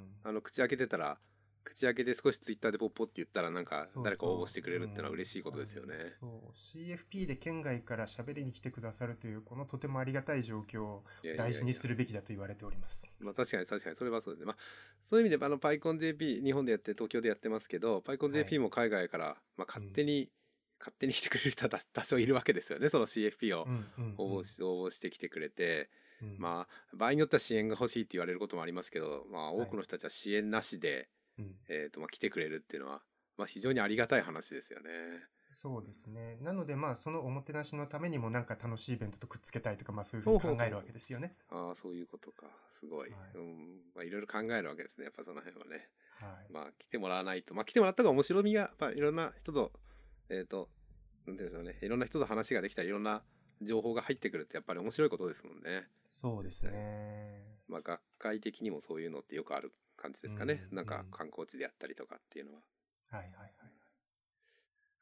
あの、口開けてたら、口開けて少しツイッターでポッポって言ったら、なんか、 そう誰か応募しそう。 てくれるってのはうん。 嬉しいこあの、 とですよね。 そう。シーエフピー で県外から喋りに来てくださるという、このとてもありがたい状況をいやい大やいや。 事にするべきだと言われております。 まあ、確かに確かに、それはそうですね。まあ、そういう意味で、あの、パイコン ジェーピー、日本でやって、東京でやってますけど、パイコンはい。 ジェーピー も海外から、まあ、 うん。 勝手に、勝手に来てくれる人は多多少いるわけですよね。その シーエフピー をうん、うん、うん。 応募し、応募してきてくれて、 うん。 まあ、場合によっては支援が欲しいって言われることもありますけど、まあ、多はい。 くの人たちは支援なしで、 うん。 えっと、まあ、来てくれるっていうのは、まあ、非常にありがたい話ですよね。 そうですね。なので、まあ、そのおもてなしのためにもなんか楽しいイベントとくっつけたいとか、まあそういうふうほに考えるわうほうほうほけですよね。 う。ああ、そういうことか。すごい。 はい。 うん。まあ、いろいろ考えるわけですね。やっぱその辺はね。 はい。 まあ、来てもらわないと。まあ、来てもらった方が面白みが、やっぱいろんな人と、えっと、なんていうんでしょうね。いろんな人と話ができたり、いろんな情報が入ってくるってやっぱり面白いことですもんね。 そうです実際。 ね。 まあ、学会的にもそういうのってよくある感じでうん、 すかね。なんうん。 か観光地であったりとかっていうのは。 はいはいはい。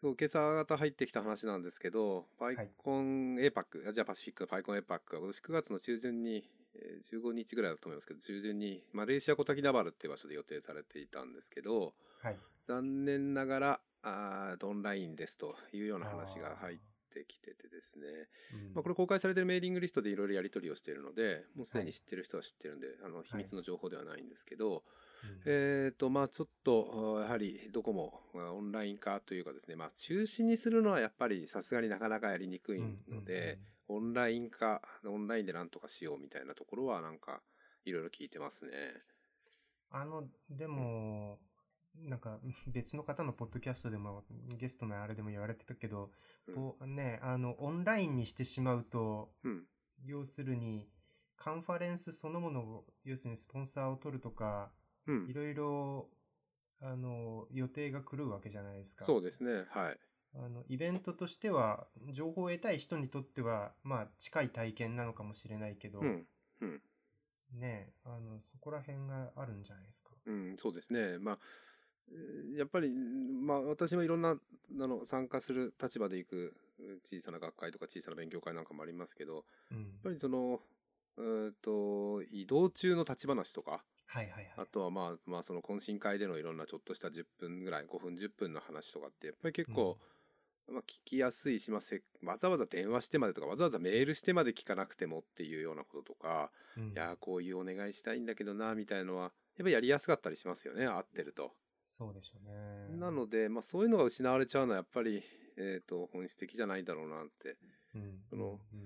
そう今朝方入ってきた話なんですけど、 はい。 PyCon エーパック、アジアパシフィックの PyCon エーパックは今年くがつの中旬に、えーじゅうごにちぐらいだと思いますけど、中旬にマレーシアコタキナバルっていう場所で予定されていたんですけど、 はい。 残念ながら、あーオンラインですというような話が入っあてきててですね。 ー、うん。 まあ、これ公開されているメーリングリストでいろいろやり取りをしているので、もうすはい。 でに知ってる人は知ってるんで、あの秘はい。 密の情報ではないんですけど、 うん。 えーと、まあちょっと、やはりどこもオンライン化というかですね、まあ中止にするのはやっぱりさすがになかなかやりにくいうん。うん。 ので、オンライン化、オンラインでなんとかしようみたいなところはなんかいろいろ聞いてますね。 あの、でうん。 も、なんか別の方のポッドキャストでもゲストのあれでも言われてたけど、 うん。 こうね、あの、オンラインにしてしまうと、 うん。 要するに、カンファレンスそのものを、要するにスポンサーを取るとか、 うん。 いろいろ、あの、予定が来るわけじゃないですか。 そうですね。はい。 あの、イベントとしては、情報を得たい人にとっては、まあ、近い体験なのかもしれないけど、 うん。うん。 ね、あの、そこら辺があるんじゃないですか。 うん。そうですね。まあ、えーやっぱり、まあ私もいろんな、あの、参加する立場で行く小さな学会とか小さな勉強会なんかもありますけど、やっうん。 ぱりその、えーと、移動中の立ち話とか、 はいはいはい。 あとはまあ、まあその懇親会でのいろんなちょっとしたじゅっぷんぐらい、ごふんじゅっぷんの話とかって、やっぱり結うん。 構、まあ聞きやすいし、まあせ、わざわざ電話してまでとか、わざわざメールしてまで聞かなくてもっていうようなこととか、 うん。 いやー、こういうお願いしたいんだけどな、みたいなのは、やっぱりやりやすかったりしますよね、合ってると。 そうでしょうなね。 ので、まあそういうのが失われちゃうのはやっぱり、えっと、本質的じゃないだろうなって。 うん。うん。 その、 うん。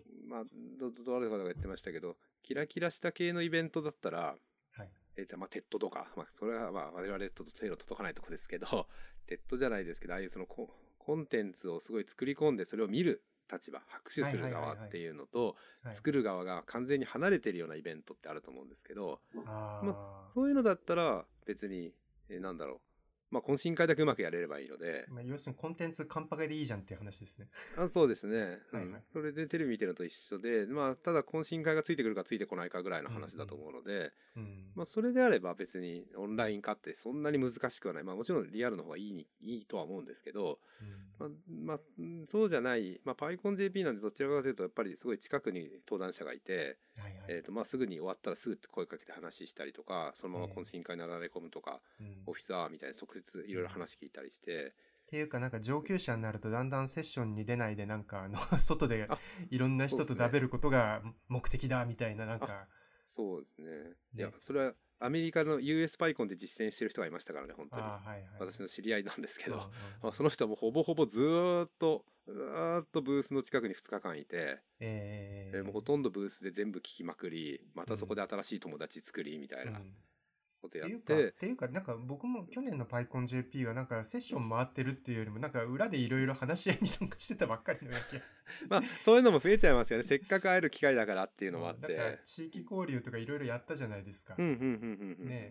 まあ、ど、ど、どれかが言ってましたけど、キラキラした系のイベントだったら、 はい。 えっと、まあ、テッドとか、まあ、それはまあ、我々と手の届かないとこですけど、テッドじゃないですけど、ああいうそのコ、コンテンツをすごい作り込んで、それを見る立場、拍手はいするはいはいはい。 側っていうのと、 はい。 作る側が完全に離れてるようなイベントってあると思うんですけど、まあ、 あそういうのだったら別に、えーなんだろう。まあ、懇親会だけうまくやれればいいので、 あ。まあ、要するにコンテンツカンパケでいいじゃんっていう話ですね。 あ、そうですね。うん。 はいはい。 それでテレビ見てるのと一緒で、まあ、ただ懇親会がついてくるかついてこないかぐらいのうん話だと思うので、 うん。うん。 まあ、それであれば別にオンライン化ってそんなに難しくはない。まあ、もちろんリアルの方がいいに、いいとは思うんですけど、 うん。 まあ、まあ、うんそうじゃない、まあ、PyConJP なんでどちらかというと、やっぱりすごい近くに登壇者がいて、 はいはい。 えっと、まあ、すぐに終わったらすぐって声かけて話したりとか、そのまま懇え親会になだれ込むとか、 え。うん。 オフィスアワーみたいな直接いろいろ話聞いたりして、 っていうかなんか上級者になるとだんだんセッションに出ないでなんかあの外であ、 いろんな人とそうですね。 食べることが目的だみたいななんあ、 かそうですね。いや、 ね。 それはアメリカの ユーエス パイコンで実践してる人がいましたからね、本当に。 ああ、はいはいはい。 私の知り合いなんですけど、 うんうんうん。 まあその人はもうほぼほぼずーっと、ずーっとブースの近くにふつかかんいて、えーもうほえとんどブースで全部聞きまくり、まー、うん。 たそこで新しい友達作りみたいなうん。 ことやっっていうか、って、 ていうか、なんか僕も去年の PyConJP はなんかセッション回ってるっていうよりもなんか裏でいろいろ話し合いに参加してたばっかりのやけ。 まあそういうのも増えちゃいますよね。せっかく会える機会だからっていうのもあっうん、なんかて。 地域交流とかいろいろやったじゃないですか。 うん、うん、うん、うん、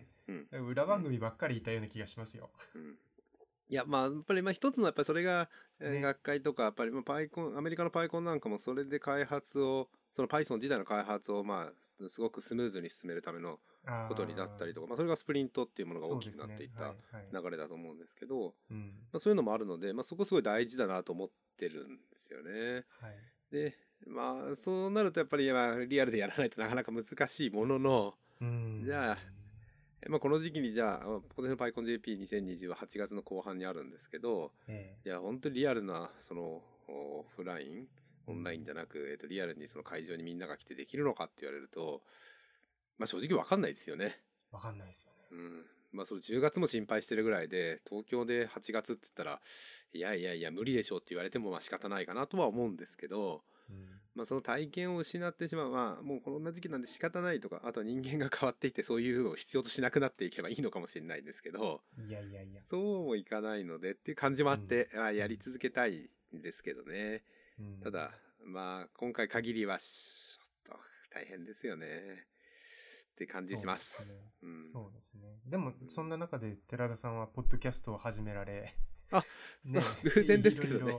ねうん、 え。裏番組ばっかりいたような気がしますよ。 うん。うんいや、まあ、やっぱり、まあ、一つの、やっぱりそれが、えーね。 学会とか、やっぱり、まあ、パイコン、アメリカのパイコンなんかも、それで開発を、その Python 自体の開発を、まあ、すすごくスムーズに進めるためのことになったりとか、 あまあ、それがスプリントっていうものあ、 が大きくなっそうですね。 ていったはいはい。 流れだと思うんですけど、 うん。 まあ、そういうのもあるので、まあ、そこすごい大事だなと思ってるんですよね。 はい。 で、まあ、そうなると、やっぱり、まあ、リアルでやらないとなかなか難しいものの、 うーん。 じゃあ、まあ、この時期にじゃあ、今年の PyConJP2020 ははちがつの後半にあるんですけど、 ええ。 いや、本当にリアルな、その、オフライン、 うん。 オンラインじゃなく、えっと、リアルにその会場にみんなが来てできるのかって言われると、まあ正直わかんないですよね。 わかんないですよね。 うん。まあそのじゅうがつも心配してるぐらいで、東京ではちがつって言ったら、いやいやいや無理でしょうって言われてもまあ仕方ないかなとは思うんですけど、 うん。 まあその体験を失ってしまう、まあもうこんな時期なんで仕方ないとか、あとは人間が変わっていってそういうのを必要としなくなっていけばいいのかもしれないんですけど、 いやいやいや。 そうもいかないのでっていう感じもあうん。 って、まあ、 うん。 やり続けたいんですけどね。 うん。 ただ、まあ、今回限りは、ちょっと大変ですよね。って感じしそうます。 ですね。 うん。 そうですね。でも、 うん、 そんな中で寺田さんはポッドキャストを始められ、 あ、 ねえ、 偶然でいすけどね。 ろいろ、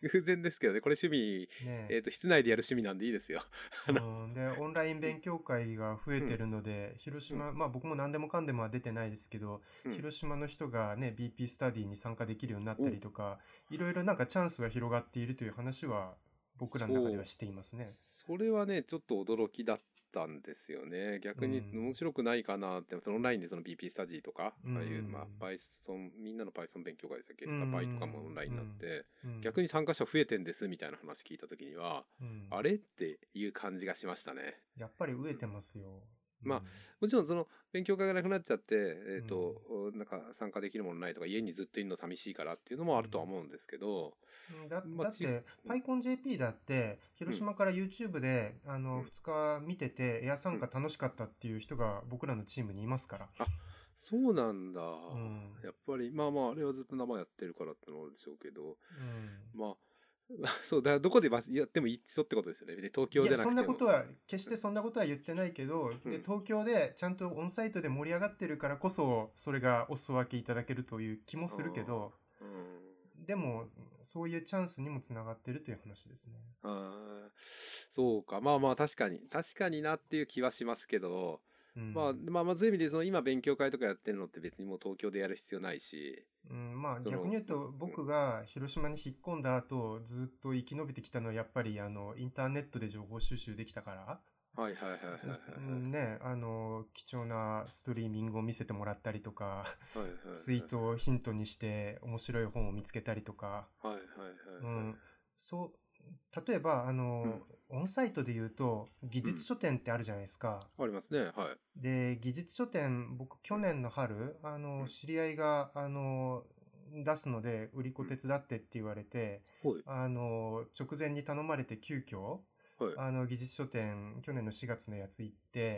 偶然ですけどね、これ趣味、 ねえっと、室内でやる趣味なんでいいですよ。あの、 うん、で、オンライン勉強会が増えてるので、広うん、 島、まあ僕も何でもかんでもは出てないですけど、 うん。 広島の人がね、ビーピー スタディに参加できるようになったお、 りとか、いろいろなんかチャンスが広がっているという話は僕らの中でそう。 はしていますね。 それはね、ちょっと驚きだったんですよね。逆にうん。 面白くないかなって、そのオンラインでその ビーピー スタジーとか、 うんうああいう、まあ、 ん Python、みんなの Python 勉強会ですよ。ゲうん。うスタパイとかもオンんラインになっうんて、 うん。 逆に参加者増えてんですみたいな話聞いたときには、 うん。 あれっていう感じがしましたね。 やっぱり飢えてますよ。うまあ、 ん。 もちろんその勉強会がなくなっちゃって、えっうん。 と、なんか参加できるものないとか、家にずっといるの寂しいからっていうのもあるとは思うんですけど、 うんだ、 まあ、ち、 だって、PyConJP だって、 うん、 広島から YouTube で、あの、 うん、 ふつか見てて、エア参うん。 加楽しかったっていう人が僕らのチームにいますから。 あ、そうなんだ。 うん。 やっぱり、まあまあ、あれはずっと生やってるからってのはあるでしょうけど、 うん。 まあ、そう、だからどこでやっても一緒ってことですよね。別に東京じいや、 ゃなくても。 そんなことは、決してそんなことは言ってないけど、で、 うん。 東京でちゃんとオンサイトで盛り上がってるからこそ、それがお裾分けいただけるという気もあするけど、 あ、うん。 でも、そういうチャンスにもつながってるという話ですね。 ああ、そうか。まあまあ、確かに。確かになっていう気はしますけど、 うん。 まあ、まあまあ、そういう意味で、その今勉強会とかやってるのって別にもう東京でやる必要ないし、 うん、まあその、 逆に言うとうん。 僕が広島に引っ込んだ後ずっと生き延びてきたのはやっぱりあのインターネットで情報収集できたからはいはいはいはいはいですうんね、あの貴重なストリーミングを見せてもらったりとかはい。はいはいはいツイートをヒントにして面白い本を見つけたりとか、 はいはいはいはいはい。 うん、そう例えばあうん。 のオンサイトで言うと技うん。 術書店ってあるじゃないですか。 ありますね。はい。 で、技術書店、僕、去うん。 年の春、あの、 うん。 知り合いが、あの、出すので、売り子うん。 手伝ってって言われて、 はい。 あの、直前に頼まれて急遽、 はい。 あの、技術書店、去年のしがつのやつ行って、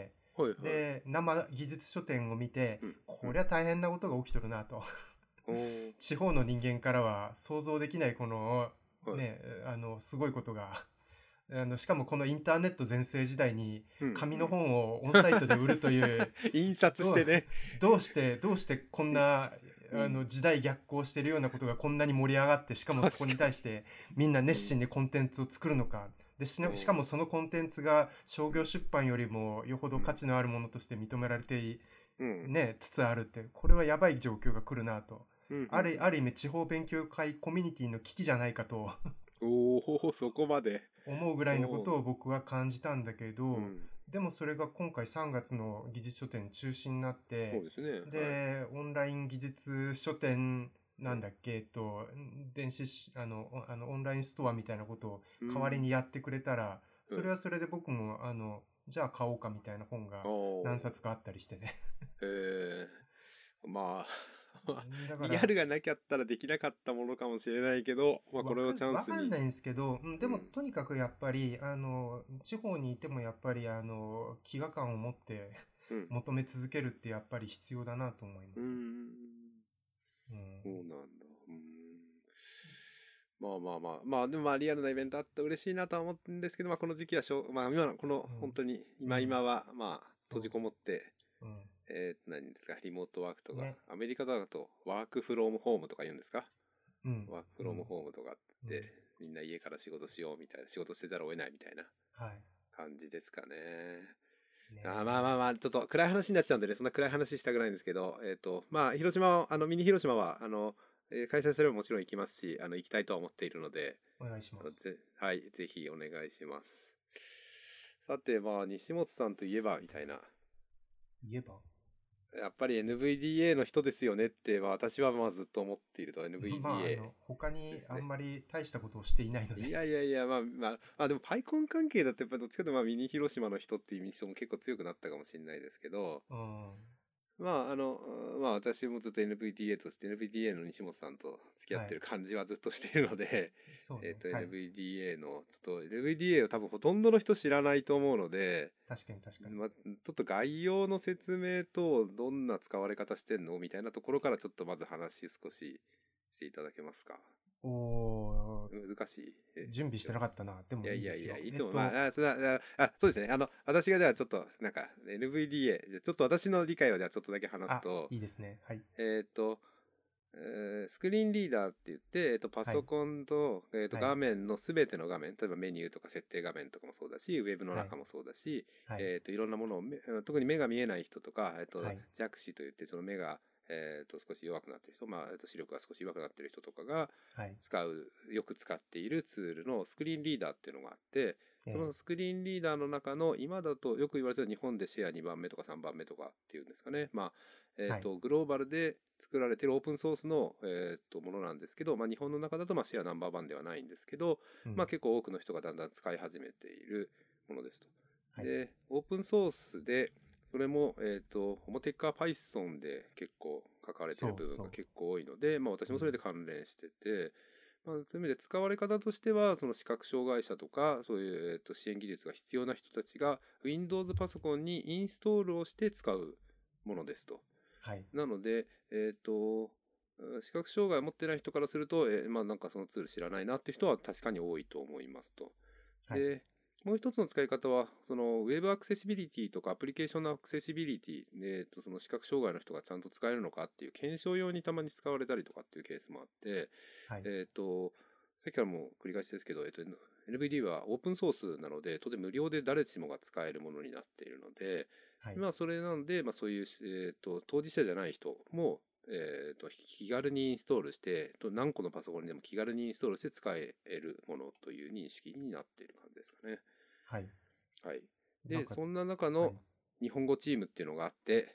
はいはい。 で、生技術書店を見て、 うん。うん。 こりゃ大変なことが起きとるなと。 おー。 地方の人間からは想像できないこの、 はい。 ね、あの、すごいことがあの、しかもこのインターネット全盛時代にうん。 紙のうん。 本をオンサイトで売るという、 印刷しどう、 てね。 どうして、どうしてこんうん。 な、 うん。 あの、時代逆行してるようなことがこんなに盛り上がって、しかもそこに確かに。 対してみんな熱うん。 心にコンテンツを作るのか。で、しなしかおー。 もそのコンテンツが商うん。 業出版よりもよほどうん。 価値のあるものとして認められてい、 うん。 ね、つつあるって、これはやばい状況が来るなと。 うん。うん。 ある、 うん。 ある意味地方勉強会コミュニティの危機じゃないかとおお、そこまで。 思うぐらいのこおー。 とを僕は感じたんだけど、 うん。 でもそれが今回さんがつの技術書店中止になって、 そうですね。はい。 で、オンライン技術書店うん。 なんだっけ、えっと、電子し、あの、おあの、オンラインストアみたいなことを代わりうん。 にやってくれたら、 うん。 それはそれで僕も、あの、じゃあ買おうかみたいな本がおー。 何冊かあったりしてね。 えー、まあ、 だから、 リアルがなかったらできなかったものかもしれないけど、まあ、これをチわかん、 ャンスに。 わかんないんですけど、うん、でもうん。 とにかくやっぱり、あの、地方にいてもやっぱり、あの、飢餓感を持ってうん。 求め続けるってやっぱり必要だなと思いまうーす。 ん。 うん。 そうなんだ。うーん。まあまあまあ。まあ、でもまあリアルなイベントあって嬉しいなとは思ってるんですけど、まあこの時期はしょう、まあ今の、この本当に、 うん。うん。 今今は、まあ閉じそこもって、 う。うん。 えー、何ですか、リモートワークとか、 ね。 アメリカだとワークフロームホームとか言うんですか？ うん。 ワークフロームうん。 ホームとかっうん。 て、みんな家から仕事しようみたいな、仕事せざるを得ないみたいなはい。 感じですかね。あーまあまあねまあ、ちょっと暗い話になっちゃうんでね、そんな暗い話したくないんですけど、えっと、まあ、広島を、あの、ミニ広島は、あの、えー開催すればもちろん行きますし、あの、行きたいとは思っているので、 お願いしあのぜます。 はい、ぜひお願いします。さて、まあ、西本さんといえば、みたいな。 言えばやっぱり エヌブイディーエー の人ですよねって、まあ、私はまあずっと思っているとまあ、あエヌブイディーエーの、他にですね。 あんまり大したことをしていないのでいやいやいや、まあまあ、まあでも、パイコン関係だとやっぱどっちかというとまあミニ広島の人っていう印象も結構強くなったかもしれないですけど、 うん。 まあ、あの、まあ私もずっと エヌブイディーエー として エヌブイディーエー の西本さんと付き合っはい。 てる感じはずっとしているので、 そうえっね。 とはい。 エヌブイディーエー の、ちょっと エヌブイディーエー を多分ほとんどの人知らないと思うので、 確かに確かに。 まあ、ちょっと概要の説明とどんな使われ方してんのみたいなところからちょっとまず話少ししていただけますか？ おー、 難しい。え準備してなかったな。でいやもいいですよ。 いやいや、いつも、まえっと、 あ、あ、そああそうですね。あの、私がではちょっと、なんか、エヌブイディーエー、ちょっと私の理解をではちょっとだけ話すあ、 と、 いいですね。はい。 えっと、 えースクリーンリーダーって言って、えっと、パソコンと、えっと、 はい画面のすべての画面、例えばメニューとか設定画面とかもそうだし、ウェブの中もそうだし、 はい。 えっと、いろんなものをめ、特に目が見えない人とか、えっと、 はい弱視と言って、その目が、えっと、少し弱くなっている人、まあ、えっと視力が少し弱くなっている人とかがはい。 使う、よく使っているツールのスクリーンリーダーっていうのがあって、そのえスクリーンリーダーの中の、今だとよく言われてる日本でシェアにばんめとかさんばんめとかっていうんですかね。まあ、えっはい。 と、グローバルで作られているオープンソースの、えっと、ものなんですけど、まあ、日本の中だと、まあ、シェアナンバーワンではないんですけど、 うんまあ、結構多くの人がだんだん使い始めているものですと。 はい。 で、オープンソースで、それも、えっと、ホモテッカー Python で結構書かれている部分そうそう。 が結構多いので、まあ、私うんもそれで関連してて、まあ、そういう意味で使われ方としては、その視覚障害者とか、そういう、えっと、支援技術が必要な人たちが、Windows パソコンにインストールをして使うものですと。 はい。 なので、えっと、視覚障害を持ってない人からすると、えーまあなんかそのツール知らないなっていう人は確かに多いと思いますと。 はい。 で、もう一つの使い方は、そのウェブアクセシビリティとかアプリケーションのアクセシビリティで、えっと、その視覚障害の人がちゃんと使えるのかっていう検証用にたまに使われたりとかっていうケースもあって、 はい。 えっと、さっきからも繰り返しですけど、えっと、エヌブイディー はオープンソースなので、当然無料で誰しもが使えるものになっているので、 はい。 まあそれなので、まあそういう、えっと、当事者じゃない人も、えっと、気軽にインストールして、と何個のパソコンにでも気軽にインストールして使えるものという認識になっている感じですかね。 はい。 はい。で、 なんか、 そんな中のはい。 日本語チームっていうのがあって、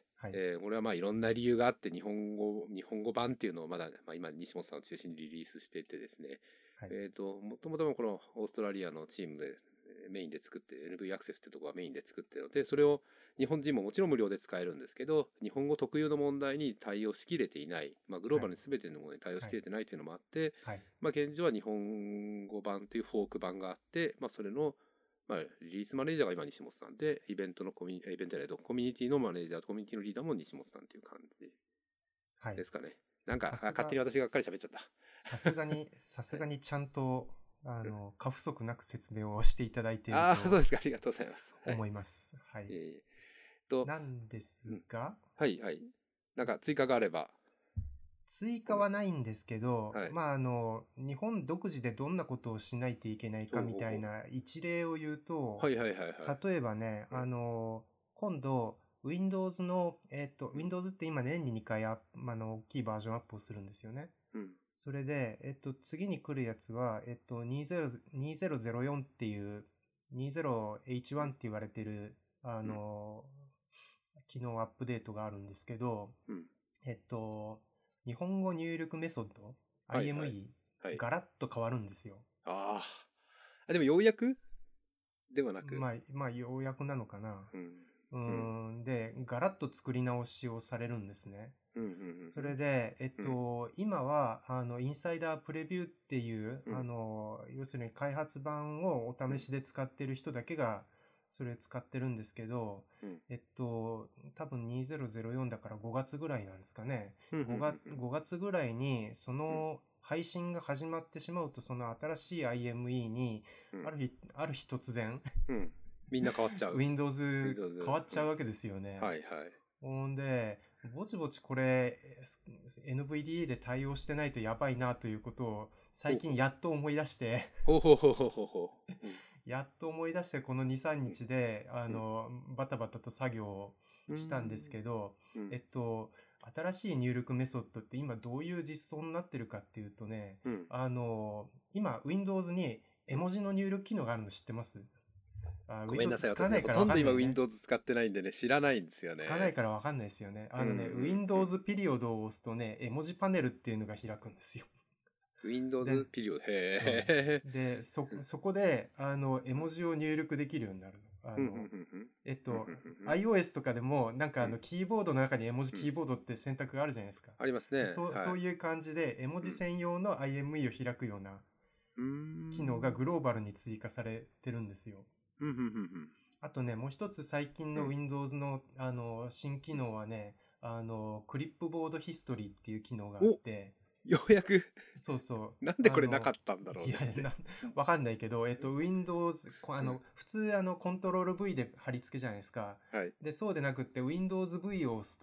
はい。 えー、これはまあいろんな理由があって日本語、日本語版っていうのをまだ、まあ、今西本さんを中心にリリースしていてですね、 はい。 えっと、もともとこのオーストラリアのチームでえーメインで作って、エヌブイ アクセスってところがメインで作ってるので、それを日本人ももちろん無料で使えるんですけど、日本語特有の問題に対応しきれていない、まあグローはい。 バルに全てのものに対応しはい。 きれてないというのもあって、 はい。 まあ現状は日本語版というフォーク版があって、まあそれのまあ、リリースマネージャーが今西本さんで、イベントのコミュニ、イベントじゃないと、コミュニティのマネージャーとコミュニティのリーダーも西本さんっていう感じはい。 ですかね。なんか、あ勝手さすが、 に私ががっかり喋っちゃった。 さすがに、さすはい。 がにちゃんと、あうん、 の、過不足なく説明をしていただいているああ、そうとですか。ありがとうございます。はい。 思います。はい。 えー、と、 なんですうん。 が、 はい、はい。なんか追加があれば、 追加おね、 はないんですけど、 はい。 まあ、あの、日本独自でどんなことをしないといけないかみほうほうほう。 たいな一例を言うと、 はいはいはいはい。 例えばね、 うん。 あの、今度、Windows の、えっと、 うん。 Windows って今年ににかいアップ、あの、大きいバージョンアップをするんですよね。 うん。 それで、えっと、次に来るやつは、えっと、にじゅう にせんよんっていう、にじゅうエイチワン って言われてる、あうん。 の、機能アップデートがあるんですけど、 うん。 えっと、日本語入力メソッド、 はいはい。 アイエムイー、 はい。 ガラッと変わるんですよ。 ああ。あ、でもようやくではなく。 まあ、まあ、ようやくなのかな。 うん。 ううん。 ーん、で、ガラッと作り直しをされるんですね。 うん。うん。 それで、えっうん。うん。 と、今は、あの、インサイダープレビューっていう、 うん。 あの、要するに開発版をお試うん。 しで使ってる人だけが、それ使ってるんですけど、 うん。 えっと、多分にせんよんだからごがつぐらいなんですかね。 うん。う 5月、 ん。 ごがつぐらいに、そうん。 の配信が始まってしまうと、その新しい アイエムイー に、 うん。 ある日、ある日突然、 うん。みんな変わっちゃう。 Windows Windows。 変わっうん。 ちゃうわけですよね。 はいはい。 ほんで、ぼちぼちこれ、エヌブイディーエー で対応してないとやばいなということを最ほうほう。 近やっと思い出して、 ほうほうほうほうほうほう。うん。 やっと思い出してこのに、3 うん。 日で、あうん。 の、バタバタと作業をうしたんですん。 けど、 うん。 えっと、新しい入力メソッドって今どういう実装になってるかっていうとね、 うん。 あの、今 Windows に絵文字の入力機能があるの知ってます？あ、 ごめんな Windows さい。 使わ私ね、 ないからわほとんど今かんないよね。 Windows 使ってないんでね、知らつないんですよ使わないね。 からわかんないですよね。 うん。 あのね、 うん。うん。 Windows ピリオドを押すとね、絵文字パネルっていうのが開くんですよ。 Windows で、 ピリオド。 うん。 へえ。 で、そ、そこで、あの、絵文字を入力できるようになるの。あうん。うん。 の、 うん。 えっうん。 と、 うん。 iOS とかでも、なんかあの、 うん。 キーボードの中に絵文字うん。 キーボードって選択があるじゃないですか。 ありますね。 そう、 はい。 そういう感じで、絵文うん。 字専用の アイエムイー を開くようなうー機能がグローん。 バルに追加されてるんですよ。 うん。うん。うん。 あとね、もう一つ最近のうん。 Windows の、あの、新機能はね、あの、クリップボードヒストリーっていう機能があっお、 て、 ようやく。 そうそう。 なんでこれなかあの、 ったんだろういや、 ねって。 な、わかんないけど、えっと、Windows、こあうん。 の、普通、あの、コントロール V で貼り付けじゃないですか。 はい。 で、そうでなくって、Windows V を押すと、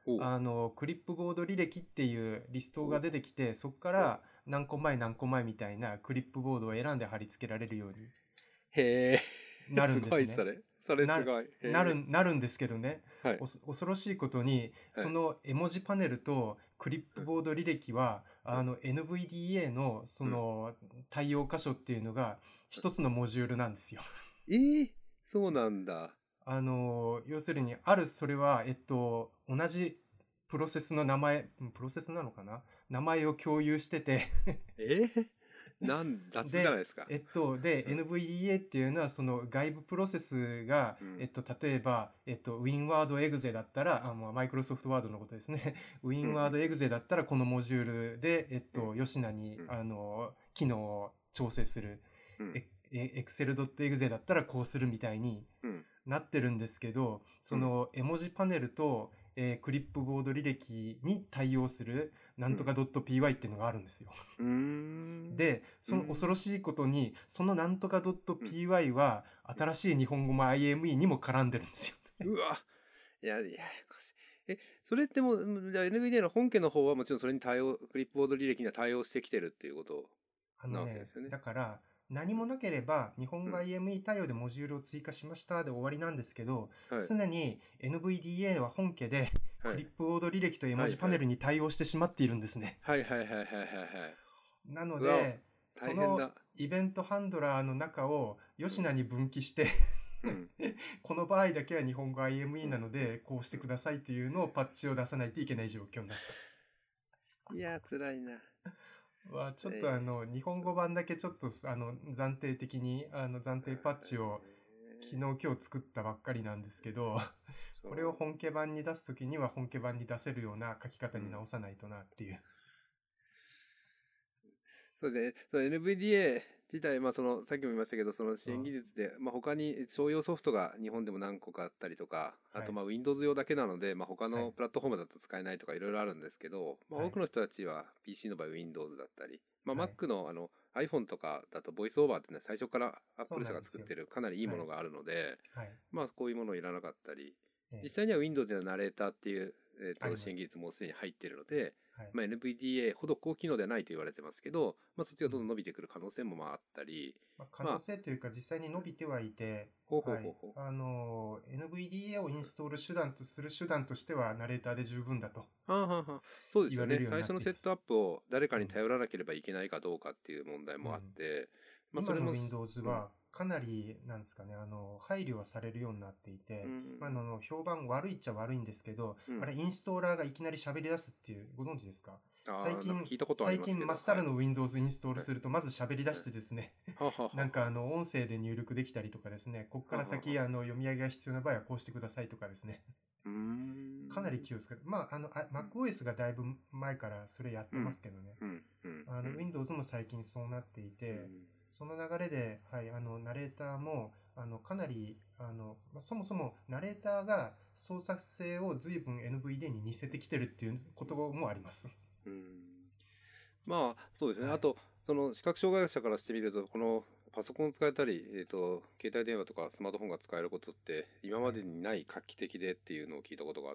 おうあの、クリップボード履歴っていうリストが出てきて、そこから何個前何個前みたいなクリップボードを選んで貼り付けられるようにへえ、 なるすんですね。 ごいそれ。それすな、 ごい。へなる、 え。 なるんですけどね、 はい。 おそ恐ろしいことに、 はい。 その絵文字パネルとクリップうん。 ボード履歴は、 うん。 あの エヌブイディーエー のそうん。 の対応箇所っていうのが一つのモジュールなんですよ。 えー、そうなんだ。 あの、要するに、ある、それは、えっと、同じプロセスの名前、プロセスなのかな名前を共有しててえー、なん、雑じゃないで、 ですか。 えっと、で、 うん。 エヌブイディーエー っていうのは、その外部プロセスが、 うん。 えっと、例えば、えっと、WinWord エグゼだったら、あ、まあ、マイクロソフトワードのことですね。 うん。うん。 WinWord エグゼだったら、このモジュールで、えっうん。 と、吉名に、 うん。 あの、機能を調整する。 うん。 え、え Excel.exe だったらこうするみたいにうん。 なってるんですけど、そうん。 の絵文字パネルと、えークリップボード履歴に対応するなうん。 んとか .py っていうのがあるんですよ。 うーん。 で、その恐ろうん。 しいことに、そのなんとかうん。 .py は新しい日本語も アイエムイー にも絡んでるんですよね。 うわ。いや、いや、ややこしい。え、それってもう、うんじゃあ エヌブイディー の本家の方はもちろんそれに対応、クリップボード履歴には対応してきてるっていうことなわけであのね、 すよね。 だから何うん。 もなければ日本語うん。 アイエムイー 対応でモジュールを追加しましたで終わりなんですけど、 はい。 常に エヌブイディーエー は本家ではい。 クリップボード履歴と絵文はいはい。 字パネルに対応してしまっているんですね。 はいはいはいはいはいはい。 なのうわ、 で、その大変だ。 イベントハンドラーの中をうん。 吉名に分岐してうん。 この場合だけは日本語 アイエムイーうん。 なのうん。 で、こうしてうん。 くださいというのをパッチを出さないといけない状況になった。 いやー、辛いな。 は、ちょっとあえの、日本ー、うん。 語版だけちょっとあの、暫定的に、あの、暫定パッチを昨日え今日作ったばっかりなんですけど、 ー、 これをそ本家版に出すときには本家版に出せるような書きう。 方うん。 に直さないとなっていう。 そうですね。その エヌブイディーエー 自体、まあその、さっきも言いましたけど、その支そう。 援技術で、まあ他に商用ソフトが日本でも何個かあったりとか、あはい。 とまあ Windows 用だけなので、まあ他はい。 のプラットフォームだと使えないとかいろいろあるんですけど、まあはい。 多くの人たちは ピーシー の場合 Windows だったり、まあはい。 Mac のあの iPhone とかだと VoiceOver っていうのは最初からそう Apple 社がなんですよ。 作ってるかなりいいはい。 ものがあるので、 はい。 まあこういうものいらなかったり、 ええ、 実際には Windows ではナレーターっていう、えっと、支援技あります。 術もすでに入っているので、 はい。 まあ、エヌブイディーエー ほど高機能ではないと言われてますけど、まあ、そっちうん。 がどんどん伸びてくる可能性もまああったり、 まあ、可能まあ、 性というか実際に伸びてはいて、 ほうほうはい。 ほうほあの、エヌブイディーエー をインう。 ストール手段とする手段としてはナレーターで十分だとはあはあはあ、そうですよね。 言われるように最なっています。 初のセットアップを誰かうん。 に頼らなければいけないかどうかっていう問題もあっうん。 て、まあそ今のれもす、 Windows うん、 はかなり、なんですかね、あの、配慮はされるようになっていうて、まあ、あん、 の、評判悪いっちゃ悪いんですけど、 うん。 あれ、インストーラーがいきなり喋り出すっていう、ご存知ですか？最ああ、なんか近、 聞いたことあり最ますけど、 近まっさらはい。 の Windows インストールはい。 すると、まず喋り出はい。 してですね、 はあはあはなんかああはの、音声で入力できたりとかですね、こっあ。 から先、 はあはあはあ。 あの、読み上げが必要な場合はこうしてくださいとかですね、 うーかなりん。 気をつけて、まあ、あの、あうん、 MacOS がだいぶ前からそれやってまうん、 すけどね、 うん、うん、 あの、 うん。 Windows も最近そうなっていて、 うん。 その流れで、はい、あの、ナレーターも、あの、かなり、あの、まあそもそもナレーターが操作性を随分 エヌブイディー に似せてきてるっていうこともあります。 うん。まあ、そうですね。 はい。 あと、その視覚障害者からしてみると、このパソコンを使えたり、えっと、携帯電話とかスマートフォンが使えることって、今まはい。 でにない画期的でっていうのを聞いたことがあって、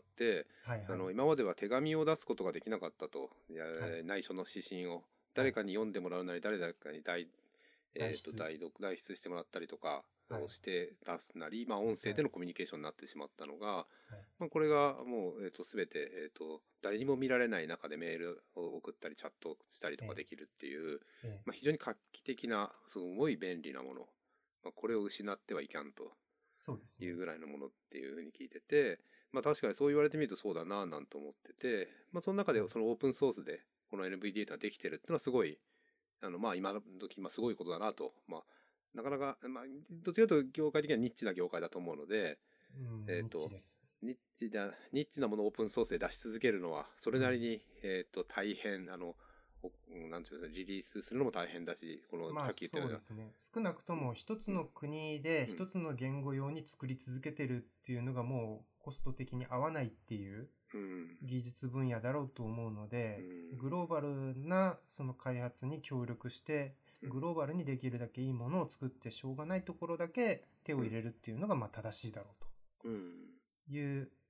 はい、はい。 あの、今までは手紙を出すことができなかったと、いやはい。 内緒の指針を、 はい。 誰かに読んでもらうなり、誰かに代、えっと、 代筆。 代読、代筆してもらったりとかはい。 をして出すなり、まあ、音声はい。 でのコミュニケーションになってしまったのが、 はい。 まあ、これがもう、えっと、すべて、えっと、誰にも見られない中でメールを送ったり、チャットしたりとかえできるっていう、 え、ええ、 まあ、非常に画期的な、すごい便利なもの。まあ、これを失ってはいかんとそうですね。 いうぐらいのものっていうふうに聞いてて、まあ確かにそう言われてみるとそうだなぁなんて思ってて、まあその中はい。 でそのオープンソースでこの エヌブイディー ができてるっていうのはすごい、あのまあ今時、まあすごいことだなと。まあなかなか、まあどっちかというと業界的にはニッチな業界だと思うので、 うん、ニッチえっと、 です。 ニッチな、ニッチなものをオープンソースで出し続けるのは、それうん。 なりに、えっと、大変、あの、おなんていうの、リリースするのも大変だし、この、 まあさっき言ったような、 そうですね。少なくとも一つうん、 の国でうん、 一つの言語用に作り続けてるっていうのがもうコスト的に合わないっていううん、 技術分野だろうと思うのうで、グローん、 バルなその開発に協力して、 うん、 グローバルにできるだけいいものを作ってしょうがないところだけ手をうん、 入れるっていうのがまあ正しいだろううん。 という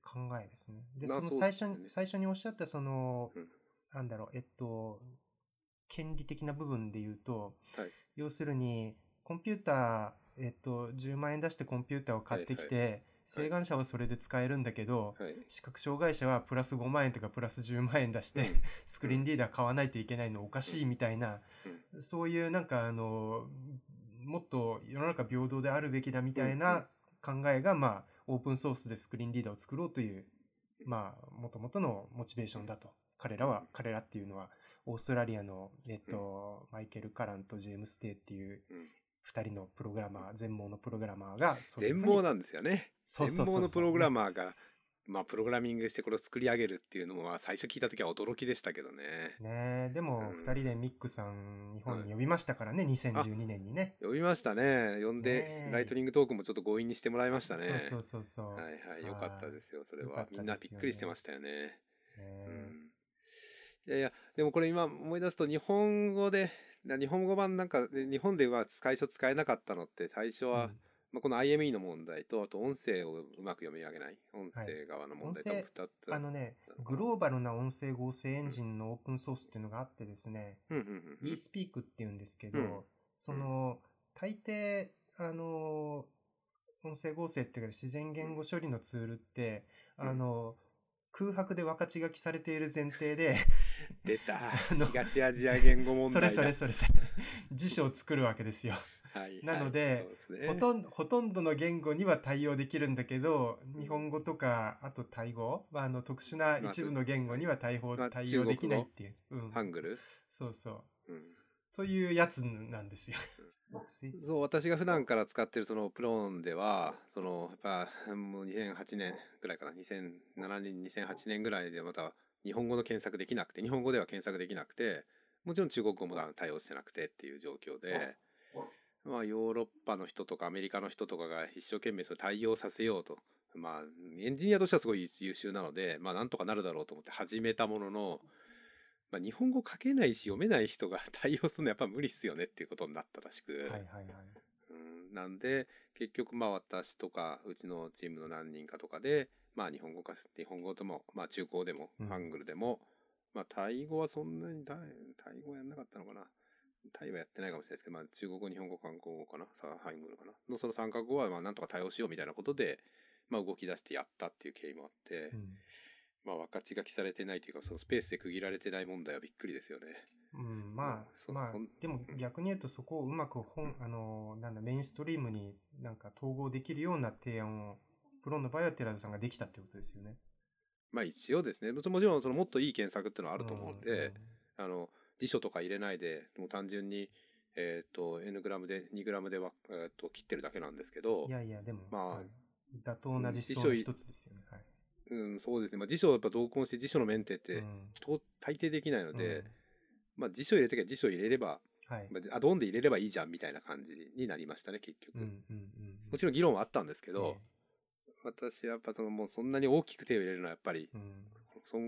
考えですね。で、 まあその最初に、 そうですね最初におっしゃったその、 うんなんだろう、えっと、権利的な部分で言うと、 はい要するに、コンピューター、えっと、じゅうまん円出してコンピューターを買ってきて、請願者はそれで使えるんだけど、 はい視覚障害者はプラスごまん円とかプラスじゅうまん円出して、 うんスクリーンリーダー買わないといけないのおかしいみたいな、 うんそういうなんかあの、もっと世の中平等であるべきだみたいな考えが、まあ、オープンソースでスクリーンリーダーを作ろうという、まあ、もともとのモチベーションだと。彼らは、彼らっていうのは、オーストラリアの、えっと、マイケル・カランとジェームス・テイっていううん二人のプログラマー、全盲のプログラマーが、そういう全ふうに盲なんですよね。 そう全そうそうそう盲のプログラマーが、まあ、プログラミングしてこれを作り上げるっていうのは最初聞いた時は驚きでしたけどね。 ねえ、でも、 うん二人でミックさん、日本に呼びましたからね、にせんじゅうにねんにね。 呼びましたね。呼んで、 ねえライトニングトークもちょっと強引にしてもらいましたね。 そうそうそうそう。 はいはい。よかったですよ、それは。 よかったですよねみんなびっくりしてましたよね。 ねうえん。いやいや、でもこれ今思い出すと日本語で、な日本語版なんかで日本では最初使えなかったのって最初は、 うんまあ、この アイエムイー の問題と、あと音声をうまく読み上げない。音声側の問題と音声ふたつ。 あのね、グローバルな音声合成エンジンのオープンソースっていうのがあってですね、 うんうんうんうん。 eSpeak っていうんですけど、 うんその、大抵、あの、音声合成っていうか自然言語処理のツールって、 うんあの、空白で分かち書きされている前提で、 出たあの東アジア言語問それ題だ。 それそれそれ、辞書を作るわけですよ。 はいはい、 なのでそうですね、 ほとんど、ほとんどの言語には対応できるんだけど、日本語とか、あとタイ語、まあ、あの特殊な一部の言語には対応、 まあ対応できないっていう。うんハングル、 そうそう。 うん、 というやつなんですよ。 そう私が普段から使ってるそのプローンではそのやっぱもうにせんはちねんぐらいかなにせんななねんにせんはちねんぐらいでまた日本語の検索できなくて日本語では検索できなくてもちろん中国語も対応してなくてっていう状況で、まあ、ヨーロッパの人とかアメリカの人とかが一生懸命それ対応させようと、まあエンジニアとしてはすごい優秀なのでまあなんとかなるだろうと思って始めたものの、まあ、日本語書けないし読めない人が対応するのやっぱ無理っすよねっていうことになったらしく、 はいはいはい。 うん、なんで結局まあ私とかうちのチームの何人かとかでまあ日本語か日本語ともまあ中高でもうんハングルでも、まあタイ語はそんなにタイタイ語やんなかったのかな、タイはやってないかもしれないですけど、まあ、中国語、日本語、韓国語かな、さあ、ハングルかなのその三カ国語はまあなんとか対応しようみたいなことで、まあ、動き出してやったっていう経緯もあって、 うんまあ分かち書きされてないというかそのスペースで区切られてない問題はびっくりですよね。 うん、まあ、まあ、でも逆に言うとそこをうまく本、あの、なんだ、メインストリームになんか統合できるような提案を、プロの場合は寺田さんができたってことですよね。 まあ一応ですね、もちろんそのもっといい検索っていうのはあると思うんで、 うん、 あの、辞書とか入れないで、もう単純に、えっ、ー、と、N グラムで、にグラムでは、えー、と切ってるだけなんですけど、 いやいや、でも、 まあ、 はい、妥当な実装の一つですよね。はい。 うん、そうですね。まあ、辞書をやっぱ同梱して辞書のメンテって、うん、大抵できないので、うん、まあ辞書入れときは辞書入れれば、はいまあ、アドオンで入れればいいじゃんみたいな感じになりましたね、結局。うんうんうん、もちろん議論はあったんですけど、えー、私はやっぱそのもうそんなに大きく手を入れるのはやっぱり、うん、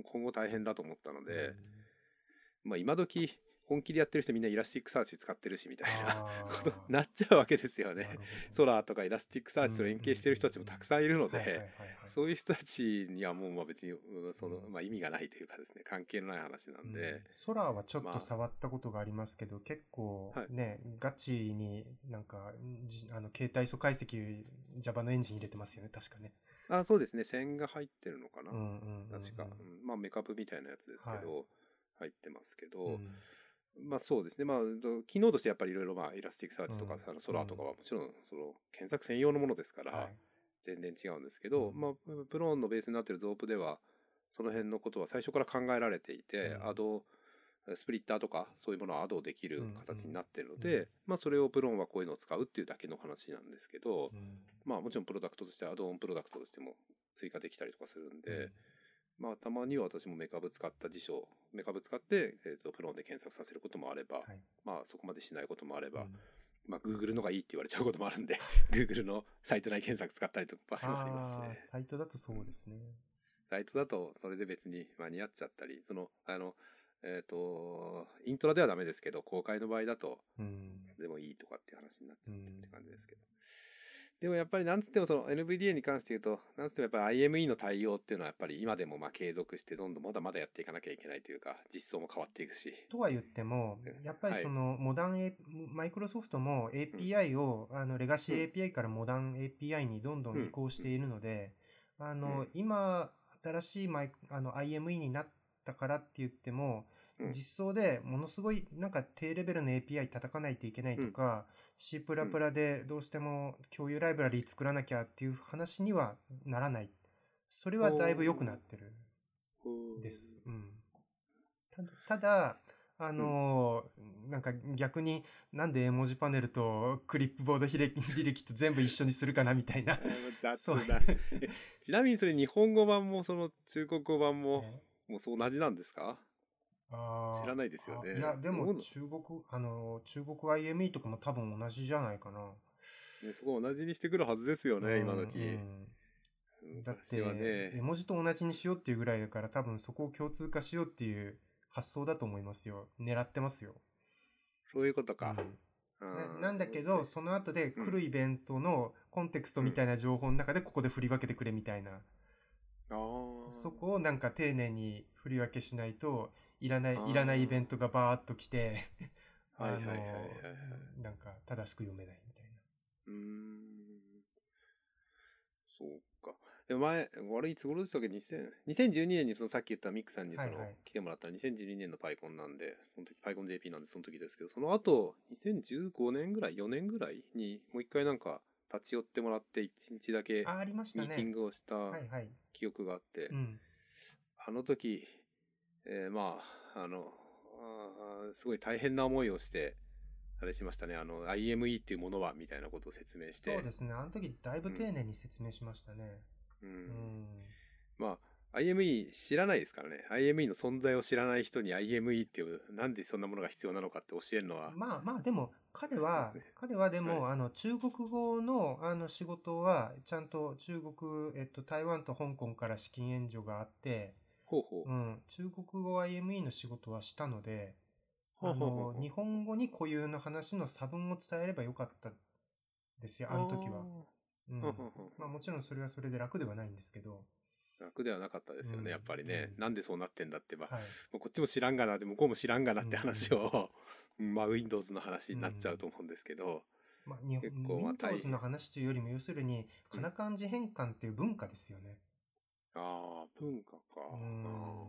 今後大変だと思ったので、うん、まあ今時本気でやってる人みんなイラスティックサーチ使ってるしみたいなことになっちゃうわけですよね。ソラーとかイラスティックサーチと連携してる人たちもたくさんいるので、そういう人たちにはもうまあ別にその、まあ、意味がないというかですね、関係のない話なんで、うん、 ソラーはちょっと触ったことがありますけど、まあ、結構ね、はい、ガチになんかあの携帯素解析 Java のエンジン入れてますよね、確かね。 あ、そうですね、線が入ってるのかな、 うんうんうんうん、 確か、うん、まあメカブみたいなやつですけど、はい、入ってますけど、うんまあそうですね。まあ、機能としてやっぱりいろいろまあイラスティックサーチとか、うん、ソラーとかはもちろんその検索専用のものですから、全然違うんですけど、うん、まあ、プローンのベースになっているゾープでは、その辺のことは最初から考えられていて、うん、アド、スプリッターとかそういうものをアドできる形になっているので、うん、まあそれをプローンはこういうのを使うっていうだけの話なんですけど、うん、まあもちろんプロダクトとしてアドオンプロダクトとしても追加できたりとかするんで、まあ、たまには私もメカブ使った辞書、メカブ使って、えーと、プローンで検索させることもあれば、はい、まあ、そこまでしないこともあれば、うん、まあ、Google のがいいって言われちゃうこともあるんで、Google のサイト内検索使ったりとか場合もありますしね。 サイトだとそうですね。 サイトだと、それで別に間に合っちゃったり、その、あの、えっ、ー、と、イントラではダメですけど、公開の場合だと、でもいいとかっていう話になっちゃってるって感じですけど。 でもやっぱりなんつってもその エヌブイディーエー に関して言うと、なんつってもやっぱり アイエムイー の対応っていうのはやっぱり今でもまあ継続してどんどんまだまだやっていかなきゃいけないというか、実装も変わっていくし。 とは言っても、やっぱりはい。 そのモダン、A、マイクロソフトも エーピーアイ を、あのレガシー エーピーアイ からモダン エーピーアイ にどんどん移行しているので、あの、今、新しいマイあの アイエムイー になったからって言っても、実装でものすごいなんか低レベルの エーピーアイ 叩かないといけないとか、C++ でどうしても共有ライブラリ作らなきゃっていう話にはならない。それはだいぶ良くなってるです。うん。ただ、ただあのーうん、なんか逆になんで絵文字パネルとクリップボード履歴と全部一緒にするかなみたいな。 雑だ。ちなみにそれ日本語版もその中国語版も、ね、もうそう同じなんですか？ あ知らないですよね。 いや、でも中国、あの、中国 アイエムイー とかも多分同じじゃないかな。ね、 そこ同じにしてくるはずですよね、今時。 うん、だって、ね、絵文字と同じにしようっていうぐらいだから多分そこを共通化しようっていう発想だと思いますよ。狙ってますよ。 そういうことか。 うん、な, なんだけど、その後で来るイベントのコンテクストみたいな情報の中でここで振り分けてくれみたいな。 うん、 そこをなんか丁寧に振り分けしないと、いらない、いらないイベントがバーっと来て、あの、なんか正しく読めないみたいな。 うーん。そうか。でも前、あれいつ頃でしたっけ？ にせんじゅうにねんにそのさっき言ったミックさんにその、はいはい、来てもらったらにせんじゅうにねんのパイコンなんで、その時パイコン ジェーピー なんでその時ですけど、その後、にせんじゅうごねんぐらい、よねんぐらいにもう一回なんか立ち寄ってもらっていちにちだけミーティングをした記憶があって、あの時、えー、まあ、あのあ、すごい大変な思いをして、あれしましたね。あの、アイエムイー っていうものは、みたいなことを説明して。 そうですね。あの時、だいぶ丁寧に説明しましたね。 うん。うん、まあ、アイエムイー 知らないですからね。アイエムイー の存在を知らない人に アイエムイー っていう、なんでそんなものが必要なのかって教えるのは。 まあまあ、でも、彼は、彼はでも、はい、あの、中国語の、あの、仕事は、ちゃんと中国、えっと、台湾と香港から資金援助があって、 ほうほう。 うん。中国語 アイエムイー の仕事はしたので、あの、日本語に固有の話の差分を伝えればよかったですよ、あの時は。うん。まあもちろんそれはそれで楽ではないんですけど。 楽ではなかったですよね、うん、やっぱりね、うん。なんでそうなってんだってば、はい、もうこっちも知らんがなって、向こうも知らんがなって話を、うん、まあ Windows の話になっちゃうと思うんですけど。 うん、まあ、結構まあ Windows の話というよりも、要するに、かな漢字変換っていう文化ですよね。 うん、ああ、文化か。 うん。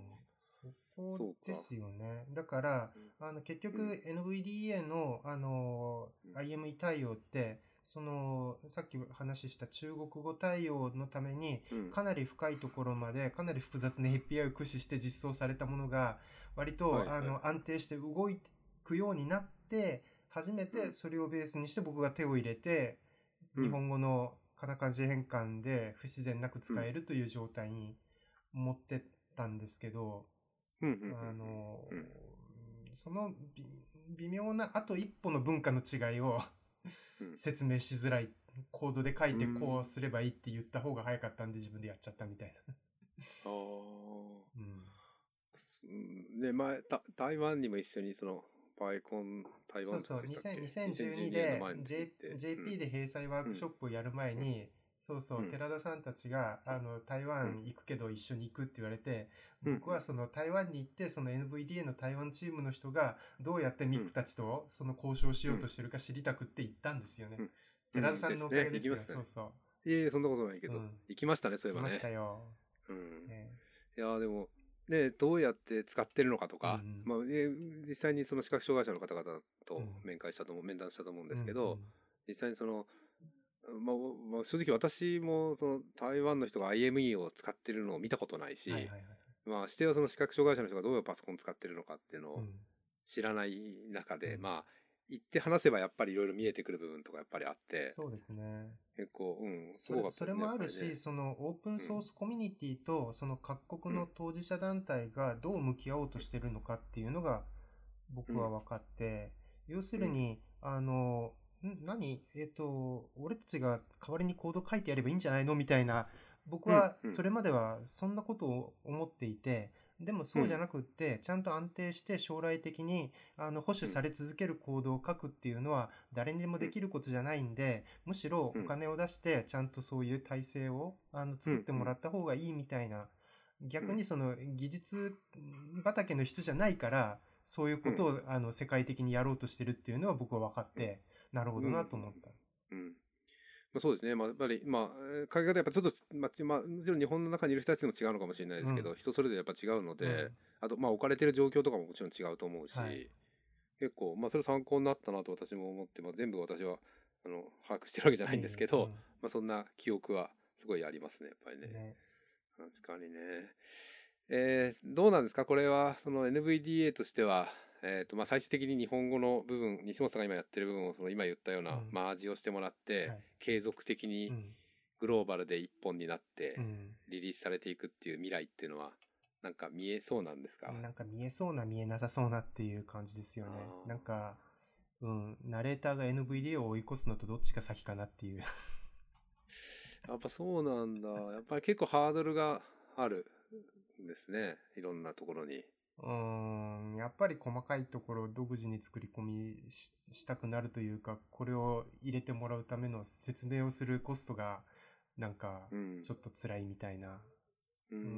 そこですよね。だから、うん、あの、結局 エヌブイディーエー の、あの、アイエムイー 対応って、その、さっき話した中国語対応のために、かなり深いところまで、かなり複雑な エーピーアイ を駆使して実装されたものが、割と、はいはい、あの、安定して動くようになって、初めてそれをベースにして僕が手を入れて、うん、日本語のかな漢字変換で不自然なく使えるという状態に持ってったんですけど、あの、うん、その微妙なあと一歩の文化の違いを説明しづらい。コードで書いてこうすればいいって言った方が早かったんで自分でやっちゃったみたいな。 ああ。うん。で、前、台湾にも一緒にその、パイコン台湾そうそう、にせんじゅうにで J、ジェーピー で閉鎖ワークショップをやる前に、うん、そうそう、うん、寺田さんたちが、あの、台湾行くけど一緒に行くって言われて、うん、僕はその台湾に行って、その エヌブイディーエー の台湾チームの人がどうやってミックたちとその交渉しようとしてるか知りたくって行ったんですよね。うん、寺田さんのおかげですよ、ね、そうそう。 いえいえ、そんなことないけど、うん、行きましたね、そういえばね。 行きましたよ。 うん。ね、いや、でも、で、どうやって使ってるのかとか、うんまあえー、実際にその視覚障害者の方々と面会したと思う、うん、面談したと思うんですけど、うん、実際にその、まあ、まあ、正直私もその台湾の人が アイエムイー を使ってるのを見たことないし、はいはいはい、まあ、してはその視覚障害者の人がどういうパソコン使ってるのかっていうのを知らない中で、うん、まあ、行って話せばやっぱりいろいろ見えてくる部分とかやっぱりあって。 そうですね。 結構、うん、 すごかったですね。それもあるし、ね、そのオープンソースコミュニティとその各国の当事者団体がどう向き合おうとしてるのかっていうのが僕は分かって、うん、要するに、あの、ん何えっと、俺たちが代わりにコード書いてやればいいんじゃないのみたいな、僕はそれまではそんなことを思っていて、 でもそうじゃなくって、ちゃんと安定して将来的にあの保守され続けるコードを書くっていうのは誰にでもできることじゃないんで、むしろお金を出してちゃんとそういう体制をあの作ってもらった方がいいみたいな、逆にその技術畑の人じゃないからそういうことをあの世界的にやろうとしてるっていうのは僕は分かって、なるほどなと思った。 うんうんまあ、そうですね。まあ、やっぱり、まあ、考え方やっぱちょっと、まあ、まあ、もちろん日本の中にいる人たちでも違うのかもしれないですけど、うん、人それぞれやっぱ違うので、うん、あと、まあ、置かれてる状況とかももちろん違うと思うし、はい、結構、まあ、それ参考になったなと私も思って、まあ、全部私は、あの、把握してるわけじゃないんですけど、はいうん、まあ、そんな記憶はすごいありますね、やっぱりね。ね確かにね。えー、どうなんですかこれは、その エヌブイディーエー としては、えーとまあ、最終的に日本語の部分、西本さんが今やってる部分をその今言ったようなマージをしてもらって、うんはい、継続的にグローバルで一本になってリリースされていくっていう未来っていうのはなんか見えそうなんですか？ なんか見えそうな見えなさそうなっていう感じですよね。なんか、うん、ナレーターが エヌブイディーエー を追い越すのとどっちが先かなっていうやっぱそうなんだ。やっぱり結構ハードルがあるんですね。いろんなところに。 うーんやっぱり細かいところを独自に作り込み し, したくなるというか、これを入れてもらうための説明をするコストがなんかちょっと辛いみたいな、 うんうん、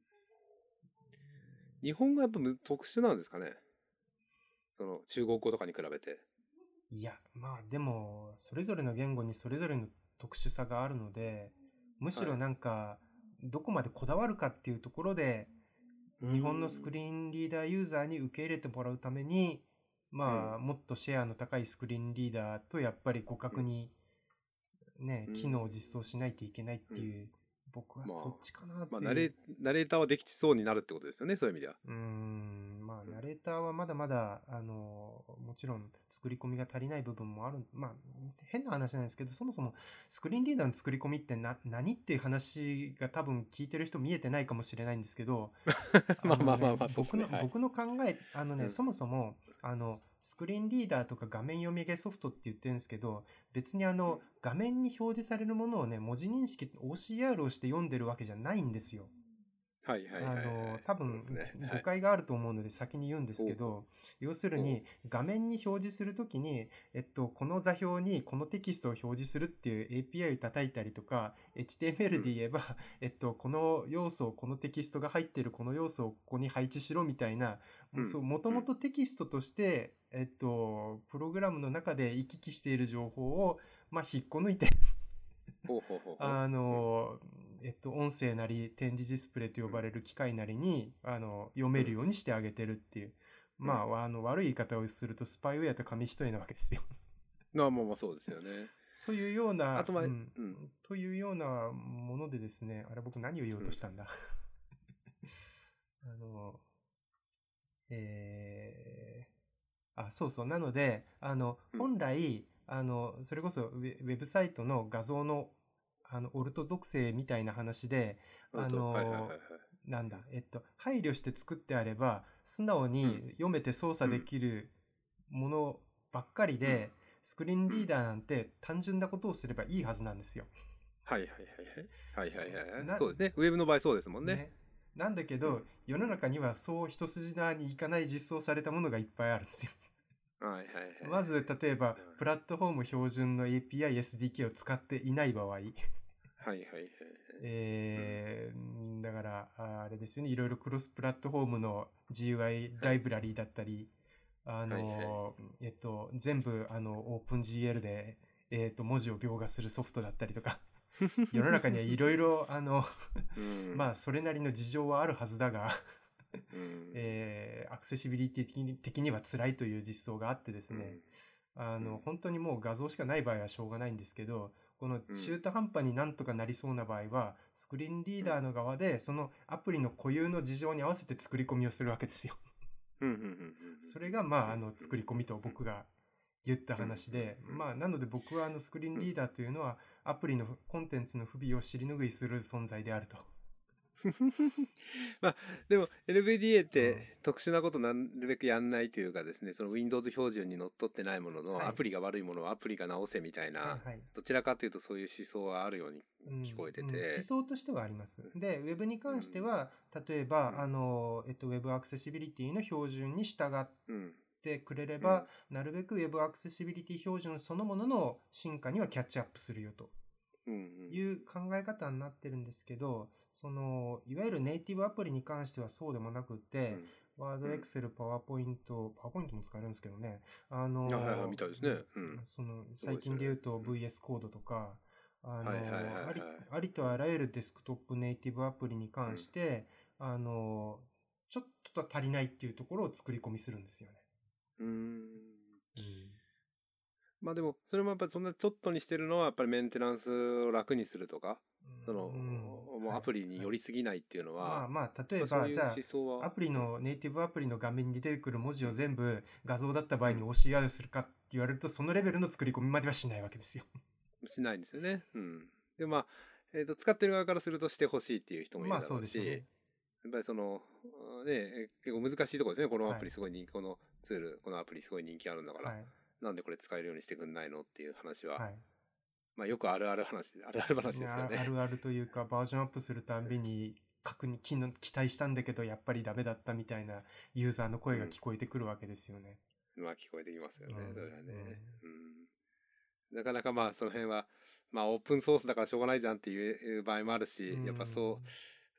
日本がやっぱ特殊なんですかね、その中国語とかに比べて。 いやまあでもそれぞれの言語にそれぞれの特殊さがあるので、むしろなんかどこまでこだわるかっていうところで、日本のスクリーンリーダーユーザーに受け入れてもらうために、まあ、もっとシェアの高いスクリーンリーダーとやっぱり互角にね、機能を実装しないといけないっていう、僕はそっちかなっていう。 まあ、ナレ、ナレーターはできそうになるってことですよね、そういう意味では。 うーん、まあ、ナレーターはまだまだ、あの、もちろん作り込みが足りない部分もある。まあ、変な話なんですけど、そもそもスクリーンリーダーの作り込みってな、何っていう話が多分聞いてる人見えてないかもしれないんですけど、 まあまあまあまあ、 僕の、僕の考え、あのね、うん、そもそも、あの、スクリーンリーダーとか画面読み上げソフトって言ってるんですけど、別にあの、画面に表示されるものをね、文字認識、オーシーアール をして読んでるわけじゃないんですよ。 はいはいはい、はい。 あの、多分、ね、誤解があると思うので先に言うんですけど、はい、要するに画面に表示するときに、えっと、この座標にこのテキストを表示するっていう エーピーアイ を叩いたりとか、エイチティーエムエル で言えば、うん、えっと、この要素を、このテキストが入っているこの要素をここに配置しろみたいな、うん、そう、もともとテキストとして、えっと、プログラムの中で行き来している情報を、まあ、引っこ抜いてあの、えっと、音声なり展示ディスプレイと呼ばれる機械なりに、あの、読めるようにしてあげてるっていう。うん、まあ、あの、悪い言い方をするとスパイウェアと紙一重なわけですよ。 まあまあまあそうですよね。 というような、 あとまあ、 うんうん、というようなものでですね、あれ僕何を言おうとしたんだ。うん、あの、えー、あ、そうそう。なので、あの、本来、うんあの、それこそウェブサイトの画像の、あの、オルト属性みたいな話で、あの、はいはいはいはい、なんだ、えっと、配慮して作ってあれば、素直に読めて操作できるものばっかりで、うん、スクリーンリーダーなんて単純なことをすればいいはずなんですよ。 はいはいはいはい。はいはいはいはい。そうですね。ウェブの場合そうですもんね。ねなんだけど、うん、世の中にはそう一筋縄にいかない実装されたものがいっぱいあるんですよ。 はいはいはい、 まず例えばプラットフォーム標準の エーピーアイ エスディーケー を使っていない場合はいはいはいえー、だからあれですよね、いろいろクロスプラットフォームの ジーユーアイ ライブラリーだったり、はい、あの、はいはい、えっと全部あの オープンジーエル でえっと文字を描画するソフトだったりとか世の中にはいろいろあの、うん、まあそれなりの事情はあるはずだがうんえー、アクセシビリティ的に、的には辛いという実装があってですね、うん、あの、うん、本当にもう画像しかない場合はしょうがないんですけど、この中途半端になんとかなりそうな場合は、スクリーンリーダーの側でそのアプリの固有の事情に合わせて作り込みをするわけですよ。それがまああの作り込みと僕が言った話で、まあなので僕はあのスクリーンリーダーというのはアプリのコンテンツの不備を尻拭いする存在であると。 まあ、でも エヌブイディーエーっうんて特殊なことなるべくやんないというかですね、その Windows 標準にのっとってないものの、 はいアプリが悪いものはアプリが直せみたいな、 はいはい。 どちらかというとそういう思想はあるように聞こえてうんうん、思て、 想としてはあります。で、ウェブに関しては、例えば、 うんあの、えっと、ウェブアクセシビリティの標準に従っうんてくれれば、 うんなるべくウェブアクセシビリティ標準そのものの進化にはキャッチアップするよとうんいう考え方になってるんですけど、その、いわゆるネイティブアプリに関してはそうでもなくて、 うんワード、 うんエクセル、パワーポイント、パワーポイントも使えるんですけどね。あはいはいはい、 の、 みたいですね。うん。 その、 すごい最ですよね。 近で言うとうんブイエス コードとか、あはいはいはいの、あり、 はい。 ありとあらゆるデスクトップネイティブアプリに関うんして、あの、ちょっと足りないっていうところを作り込みするんですよね。 うーん。 うんまあでも、それもやっぱりそんなちょっとにしてるのは、やっぱりメンテナンスを楽にするとか、その、 うんはいもうアプリにはい寄りすぎないっていうのは、 まあまあ、例えば、 まあそういうじゃ思想は、 あ、アプリうん、 の、ネイティブアプリの画面に出てくる文字うん、 を全部画像だった場合にうオーシーアール するかって言われると、そのレベルの作り込みまではしないわけですよ。 ん、しないんですよね。うん。で、まあ、えっと、使ってる側からするとしてほしいっていう人もいまあるだろうし、 そうでしょうね。 やっぱりその、ね、結構難しいところですね。このアはい。 プリすごい人気、このツール、このアプリすごい人気あるんだから、 はい。 なんでこれ使えるようにしてくんないのっていう話は、 はい。 まあよくあるある話、あるある話ですよああね。 るあるというか、バージョンアップするたんびに、確認、機能期待したんだけど、やっぱりダメだったみたいなユーザーの声が聞こえてくるわけですよね。 まあ聞こえてきますよね、 うんそれはね。 うんうん。なかなかまあその辺は、まあオープンソースだからしょうがないじゃんっていう場合もあるし、やっぱそう、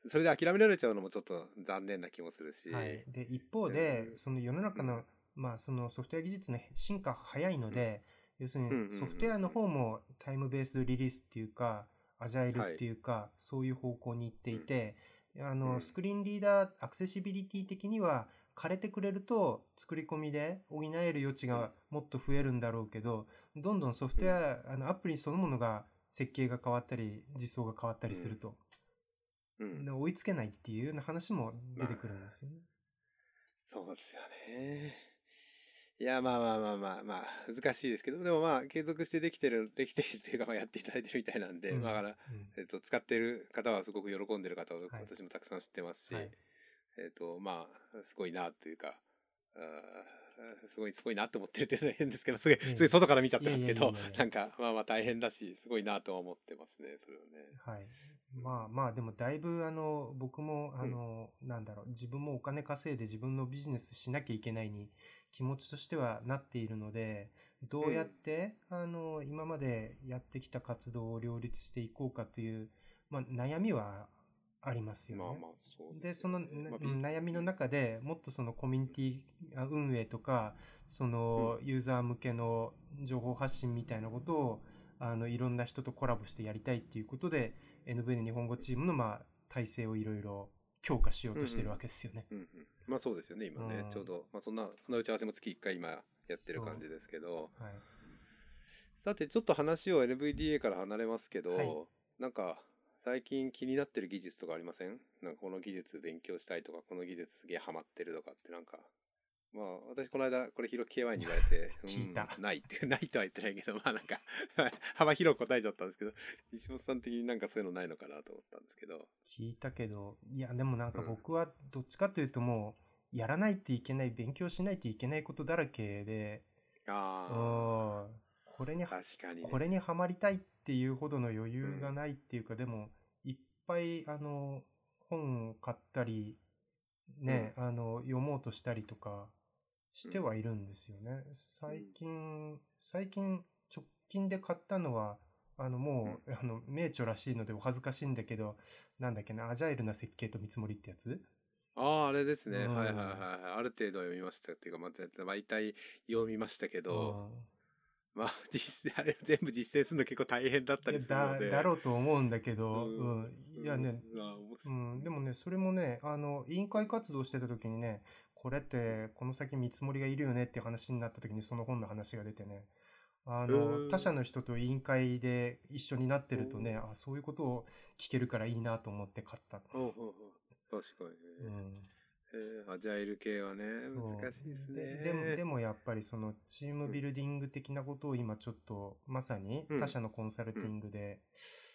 それで諦められちゃうのもちょっと残念な気もするし。 はい。で、一方で、その世の中の、まあ、そのソフトウェア技術の進化早いので、要するにソフトウェアの方もタイムベースリリースっていうか、アジャイルっていうか、そういう方向に行っていて、あの、スクリーンリーダー、アクセシビリティ的には、枯れてくれると作り込みで補える余地がもっと増えるんだろうけど、どんどんソフトウェア、あのアプリそのものが設計が変わったり、実装が変わったりすると、 うん、 追いつけないっていうような話も出てくるんですよね。 まあ、そうですよね。いや、まあまあまあまあまあ、難しいですけど、でもまあ、継続してできてる、できてるっていうか、まあやっていただいてるみたいなんで、 うんまあだから、 うんえっと、使ってる方はすごく喜んでる方ははい私もたくさん知ってますし、 はいえっと、まあ、すごいなっていうか、あーすごい、すごいなって思ってるって言うのは変ですけど、すごい、 いえいえすごい外から見ちゃってますけどいやいやいやいや、 なんか、まあまあ大変だし、すごいなとは思ってますね、それはね。 はい。まあまあ、でもだいぶあの、僕もあの、なんだろう、自分もお金稼いで自分のビジネスしなきゃいけないに気持ちとしてはなっているので、どうやって、あの、今までやってきた活動を両立していこうかという、まあ悩みはありますよね。 まあまあ、そうで、 ですよその、 ね。まあ、ビうん悩みの中でもっとそのコミュニティあ運営とか、そのユーザー向けの情報発信みたいなことを、あの、いろんな人とコラボしてやりたいっていうことで、エヌブイの日本語チームの、まあ、体制をいろいろ強化しようとしてるわけですよね。 うんうんまあそうですよね、今ね。 うんちょうど、まあそんな、そんな打ち合わせも月いっかい今やってる感じですけど。 はい。 さて、ちょっと話を エヌブイディーエー から離れますけど、 はいなんか、最近気になってる技術とかありません？なんかこの技術勉強したいとか、この技術すげえハマってるとかってなんか、まあ私この間これヒロ ケーワイ に言われて、 聞いたうん、ないって、ないとは言ってないけど、まあなんか幅広く答えちゃったんですけど、西本さん的になんかそういうのないのかなと思ったんですけど。 聞いたけど、いや、でもなんか僕はどっちかというともう、やらないといけない、勉強しないといけないことだらけで、 ああ、 これに、 確かにね。 これにはまりたいっていうほどの余裕がないっていうか、うん、でも、いっぱい、あの、本を買ったり、ね、うん、あの、読もうとしたりとかしてはいるんですよね。うん、最近、最近、直近で買ったのは、あの、もう、うん、あの、名著らしいのでお恥ずかしいんだけど、なんだっけな、アジャイルな設計と見積もりってやつ？ ああ、あれですね。 うん、 はいはいはい。ある程度読みましたっていうか、まあ、大体読みましたけど、うん、まあ、実際、あれ全部実践するの結構大変だったりするので。 だ、だろうと思うんだけど、 うん。 うん、いやね、うん、でもね、それもね、あの、委員会活動してた時にね、これって、この先見積もりがいるよねっていう話になった時にその本の話が出てね、あの、他社の人と委員会で一緒になってるとね、あ、そういうことを聞けるからいいなと思って買った。 ほうほうほう。確かにね。うんえー、アジャイル系はね、難しいですね。 で、でも、でもやっぱりそのチームビルディング的なことを今ちょっとまさに他社のコンサルティングで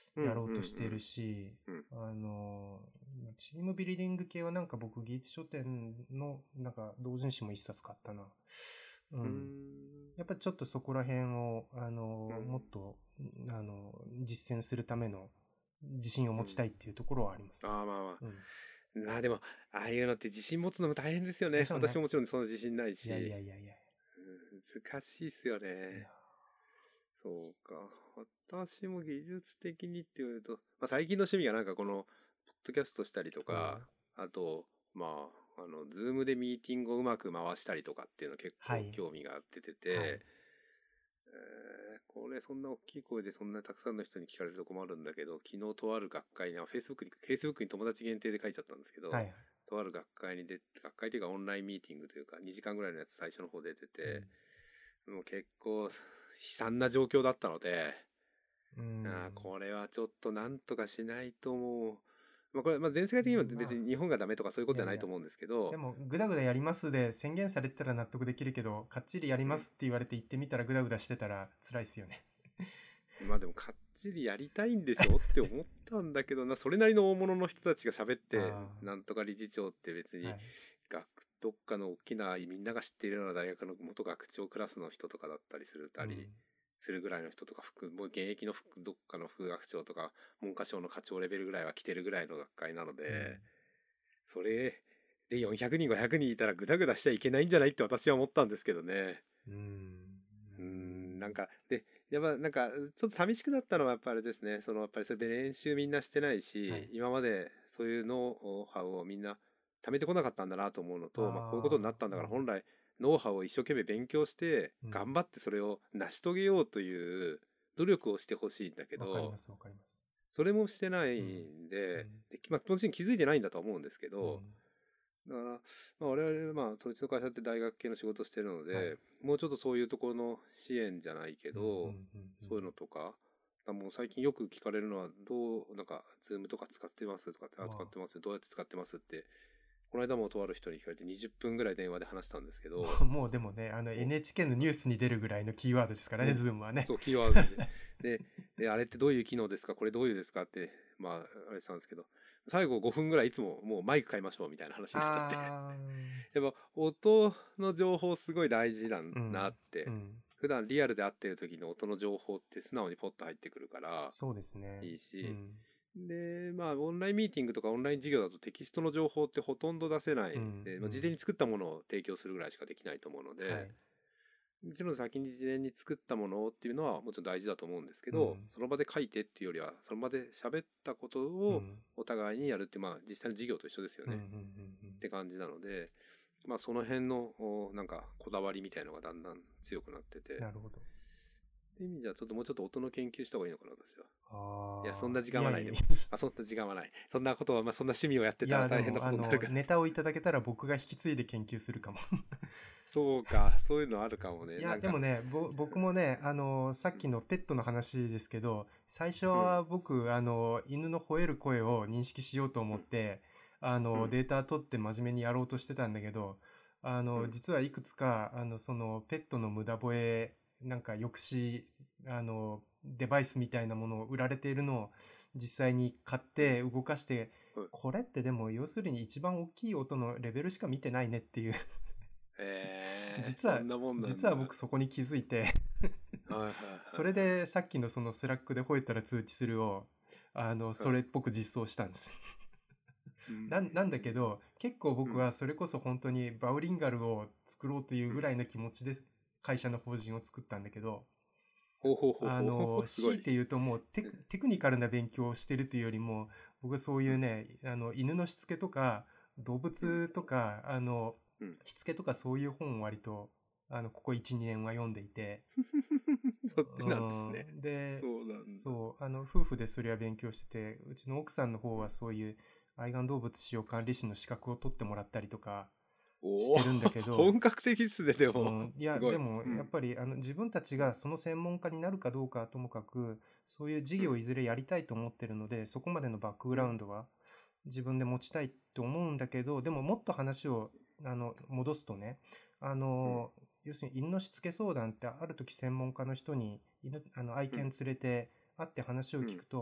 やろうとしてるし、 うんうんあの、チームビルディング系はなんか僕、技術書店のなんか同人誌も一冊買ったな。う。 うんんやっぱちょっとそこら辺を、あの、 うんもっと、あの、実践するための自信を持ちたいっていうところはありますね。 ああまあまあうん。 まあでもああいうのって自信持つのも大変ですよね。 でしょうね。 私ももちろんそんな自信ないし、 いやいやいやいや。 うん難しいっすよいやね。そうか。私も技術的にって言われると、まあ、最近の趣味がなんかこの、ポッドキャストしたりとか、あと、まあ、あの、ズームでミーティングをうまく回したりとかっていうの結構はい興味が出てて、 はいえーこれそんな大きい声でそんなたくさんの人に聞かれると困るんだけど、昨日とある学会に、フェイスブックに、フェイスブックに友達限定で書いちゃったんですけど、 はいはい。 とある学会に出て、学会というかオンラインミーティングというかにじかんぐらいのやつ最初の方出てて、もう結構悲惨な状況だったので、 うん。 あーこれはちょっとなんとかしないともう、まあ、これ、まあ、全世界的には別に日本がダメとかそういうことじゃないと思うんですけど、 でも、ぐだぐだやりますで宣言されてたら納得できるけど、かっちりやりますって言われて言ってみたらぐだぐだしてたら辛いっすよね。 まあでもかっちりやりたいんでしょって思ったんだけどな、それなりの大物の人たちが喋ってあ、ーなんとか理事長って別にはい。 学、どっかの大きなみんなが知っているような大学の元学長クラスの人とかだったりするたり、 うんするぐらいの人とか、副もう現役の副どっかの副学長とか文科省の課長レベルぐらいは来てるぐらいの学会なので、 うんそれでよんひゃくにんごひゃくにんいたらグダグダしちゃいけないんじゃないって私は思ったんですけどね。 うんうーんなんかでやっぱなんかちょっと寂しくなったのはやっぱあれですね。そのやっぱりそれで練習みんなしてないし、 はい今までそういうノウハウをみんな貯めてこなかったんだなと思うのと、 あーまあこういうことになったんだから本来ノウハウを一生懸命勉強してうん頑張ってそれを成し遂げようという努力をしてほしいんだけど、 わかりますわかります。 それもしてないんで、 うんでまあもちろん気づいてないんだとは思うんですけど、 うんだから、まあ、我々、まあ、そのうちの会社って大学系の仕事してるので、 はいもうちょっとそういうところの支援じゃないけど、 うんうんうんうんそういうのとか、もう最近よく聞かれるのは、どう、なんか、ズームとか使ってますとかって、あ、 ああ使ってます、どうやって使ってますって、この間もとある人に聞かれてにじゅっぷんぐらい電話で話したんですけど、 もうでもね、あの エヌエイチケー のニュースに出るぐらいのキーワードですからね、 うんズームはね。 そう、キーワードで。で、で、あれってどういう機能ですかこれどういうですかって、まあ、あれしたんですけど、最後ごふんぐらいいつももうマイク買いましょうみたいな話になっちゃって。 あやっぱ音の情報すごい大事だーなって、 うんうん普段リアルで会ってる時の音の情報って素直にポッと入ってくるからそうですね。 いいし、 うんでまあオンラインミーティングとかオンライン授業だとテキストの情報ってほとんど出せないんで、 うんまあ、事前に作ったものを提供するぐらいしかできないと思うので、 はいもちろん先に事前に作ったものっていうのはもちろん大事だと思うんですけど、 うんその場で書いてっていうよりはその場で喋ったことうをんお互いにやるって、まあ実際の授業と一緒ですよね、 うんうんうんって感じなので、まあその辺のおなんかこだわりみたいのがだんだん強くなってて、 なるほど。 っていう意味じゃちょっともうちょっと音の研究した方がいいのかな私は。 ああ。 いやそんな時間はないでもいやいやあそんな時間はない。そんなことはまあそんな趣味をやっていたらやでもあ大変なことになるから。 のネタをいただけたら僕が引き継いで研究するかも。 そうか、そういうのあるかもね。 いなんかやでもね、ぼ僕もね、あのさっきのペットの話ですけど、最初は僕、あの犬の吠える声を認識しようと思って、あのうんデータ取って真面目にやろうとしてたんだけど、あの、 うん実はいくつかあのそのペットの無駄吠えなんか抑止あのデバイスみたいなものを売られているのを実際に買って動かして、 うんこれってでも要するに一番大きい音のレベルしか見てないねっていうへー実はそんなもんなんだ実は僕そこに気づいてはいはいはいそれでさっきのそのスラックで吠えたら通知するをあのそれっぽく実装したんですうんななんだけど結構僕はそれこそ本当にバウリンガルを作ろうというぐらいの気持ちで会社の法人を作ったんだけど、 ほうほうほうほうあのすごい強いて言うともうテクテクニカルな勉強をしてるというよりも僕はそういうねあの犬のしつけとか動物とかあのうんしつけとかそういう本を割とあのここいちにねんは読んでいてそっちなんですね。 うんでそうなんだ。 そうあの夫婦でそれは勉強してて、うちの奥さんの方はそういう愛玩動物使用管理士の資格を取ってもらったりとかおーしてるんだけど本格的っすね、でも。 うん、いやすごいでもうんやっぱりあの自分たちがその専門家になるかどうかはともかくそういう事業をいずれやりたいと思ってるので、そこまでのバックグラウンドは自分で持ちたいと思うんだけど、でももっと話をあの戻すとね、あの、要するに犬のしつけ相談ってある時専門家の人に犬あの愛犬連れて会って話を聞くと、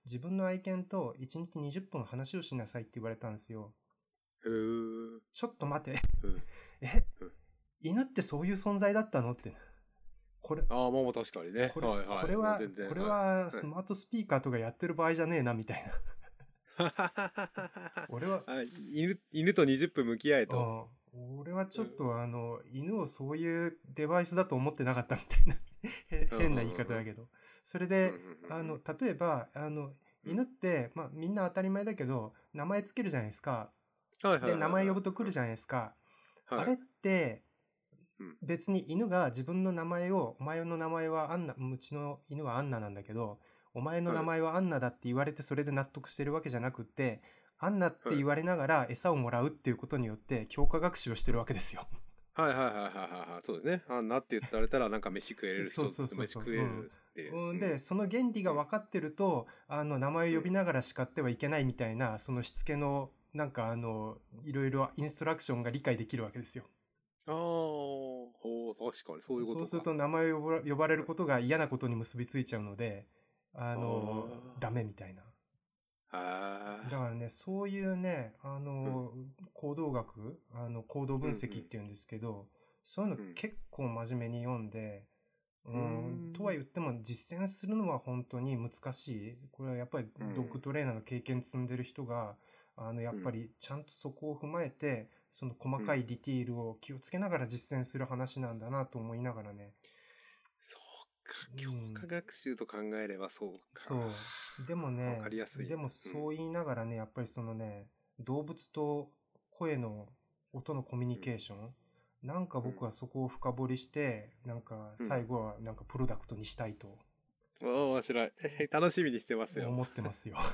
自分の愛犬といちにちにじゅっぷん話をしなさいって言われたんですよ。 へー。 ちょっと待て。 うんえ、 うん犬ってそういう存在だったのって。これ、 ああ、まあまあ確かにね。 これ、 はいはい。 これはもう全、然これはいはスマートスピーカーとかやってる場合じゃねえな、みたいな。俺は、 あ犬、犬とにじゅっぷん向き合えと。 うん、俺はちょっとあの、犬をそういうデバイスだと思ってなかったみたいな。へ変な言い方だけど。それで、あの、例えば、あの、犬って、まあみんな当たり前だけど、名前つけるじゃないですか。で、名前呼ぶと来るじゃないですか。 はい、 あれって、 うん別に犬が自分の名前を、お前の名前はアンナ、うちの犬はアンナなんだけど、お前の名前はアンナだって言われてそれで納得してるわけじゃなくって、アンナって言われながら餌をもらうっていうことによって強化学習をしてるわけですよ。 はいはいはいはいはいはい。そうですね。アンナって言われたらなんか飯食える人、 そうそうそうそう。 飯食えるっていう。 うん、で、その原理が分かってると、あの、名前を呼びながら叱ってはいけないみたいな、そのしつけの、なんかあの、いろいろインストラクションが理解できるわけですよ。 ああ、ほう、確かにそういうことか。 そうすると名前を呼ば呼ばれることが嫌なことに結びついちゃうので、あの、 あーダメみたいな。 あだからね、そういうね、あの、行動学、あの、行動分析っていうんですけど、そういうの結構真面目に読んで、うん、とは言っても実践するのは本当に難しい。これはやっぱりドッグトレーナーの経験積んでる人が、あの、やっぱりちゃんとそこを踏まえて、その細かいディティールを気をつけながら実践する話なんだなと思いながらね。 そうか、強化学習と考えればそうか。 そう。でもね、 わかりやすい。 でもそう言いながらね、やっぱりそのね、動物と声の音のコミュニケーション、なんか僕はそこを深掘りして、なんか最後はなんかプロダクトにしたいと。 おお、面白い。楽しみにしてますよ。 思ってますよ。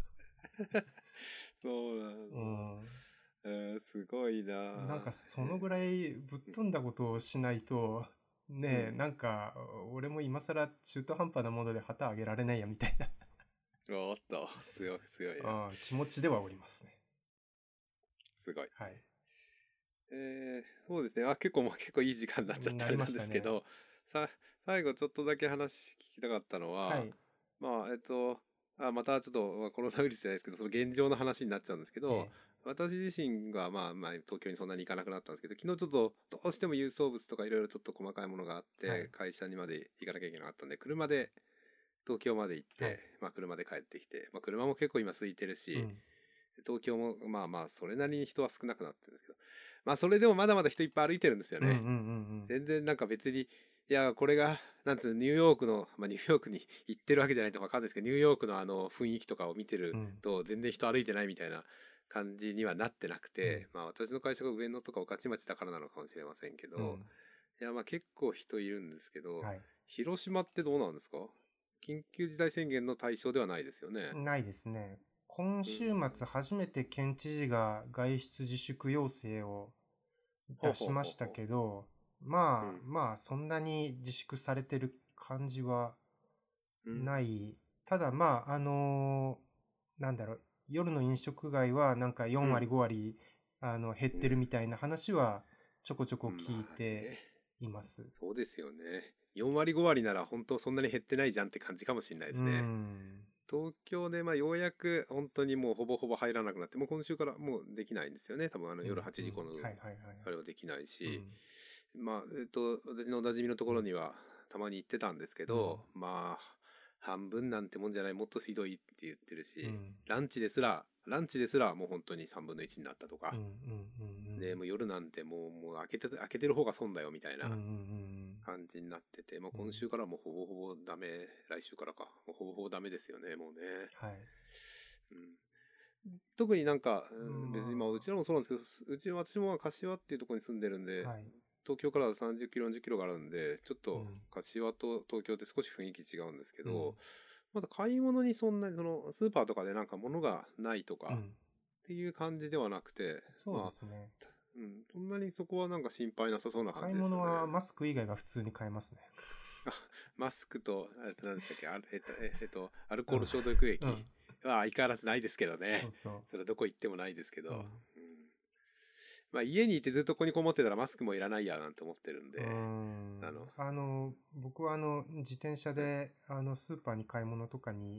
そうなんだ。うんえー、すごいな。 なんかそのぐらいぶっ飛んだことをしないと、ねえ、うん、なんか俺も今更中途半端なもので旗あげられないやみたいな。 おっと、強い強い。 あ気持ちではおりますね。 すごい。 はい。 えー、そうですね。あ、結構もう結構いい時間になっちゃったんですけど、ね、さ、最後ちょっとだけ話聞きたかったのは、はい、まあ、えっと、あまたちょっとコロナウイルスじゃないですけど、その現状の話になっちゃうんですけど、ええ、私自身がまあまあ東京にそんなに行かなくなったんですけど、昨日ちょっとどうしても郵送物とかいろいろちょっと細かいものがあって、はい、会社にまで行かなきゃいけなかったんで、車で東京まで行って、はい、まあ車で帰ってきて、まあ車も結構今空いてるし、うん、東京もまあまあそれなりに人は少なくなってるんですけど、まあそれでもまだまだ人いっぱい歩いてるんですよね。全然なんか別に、いや、これが、なんつうの、ニューヨークの、まあニューヨークに行ってるわけじゃないとわかんないですけど、ニューヨークのあの雰囲気とかを見てると、全然人歩いてないみたいな感じにはなってなくて、うん、まあ私の会社が上野とか御徒町だからなのかもしれませんけど、うん、いやまあ結構人いるんですけど、はい、広島ってどうなんですか？緊急事態宣言の対象ではないですよね。 ないですね。今週末初めて県知事が外出自粛要請を出しましたけど、まあ、うん、まあそんなに自粛されてる感じはない。うん、ただまあ、あのー、なんだろう、夜の飲食街はなんかよんわりごわり、うん、あの減ってるみたいな話はちょこちょこ聞いています。まあね、 そうですよね。よんわりごわりなら本当そんなに減ってないじゃんって感じかもしれないですね。うん東京でまあようやく本当にもうほぼほぼ入らなくなって、もう今週からもうできないんですよね。多分あの夜はちじ以降のあれはできないし、まあえっと私のおなじみのところにはたまに行ってたんですけど、うん、まあ半分なんてもんじゃない、もっとひどいって言ってるし、うん、ランチですらランチですらもう本当にさんぶんのいちになったとか、でもう夜なんてもうもう開けて開けてる方が損だよみたいな感じになってて、まあ、今週からもうほぼほぼダメ、来週からかもうほぼほぼダメですよね、もうね。はい。うん、特になんか、うん、別にまあうちらもそうなんですけど、うちは私も柏っていうところに住んでるんで、はい、東京からさんじゅっキロよんじゅっキロがあるんで、ちょっと柏と東京って少し雰囲気違うんですけど、うん、まだ買い物にそんなにそのスーパーとかでなんか物がないとかっていう感じではなくて、うん、 そうですね、 まあ、うん、そんなにそこはなんか心配なさそうな感じですよね。 買い物はマスク以外が普通に買えますね。 マスクと、何でしたっけ、あえっと、えっと、アルコール消毒液は相変わらずないですけどね。そうそう。それはどこ行ってもないですけど。うんうん、まあ家にいてずっとここにこもってたらマスクもいらないやなんて思ってるんで。うんあの、あの、僕はあの、自転車で、あの、スーパーに買い物とかに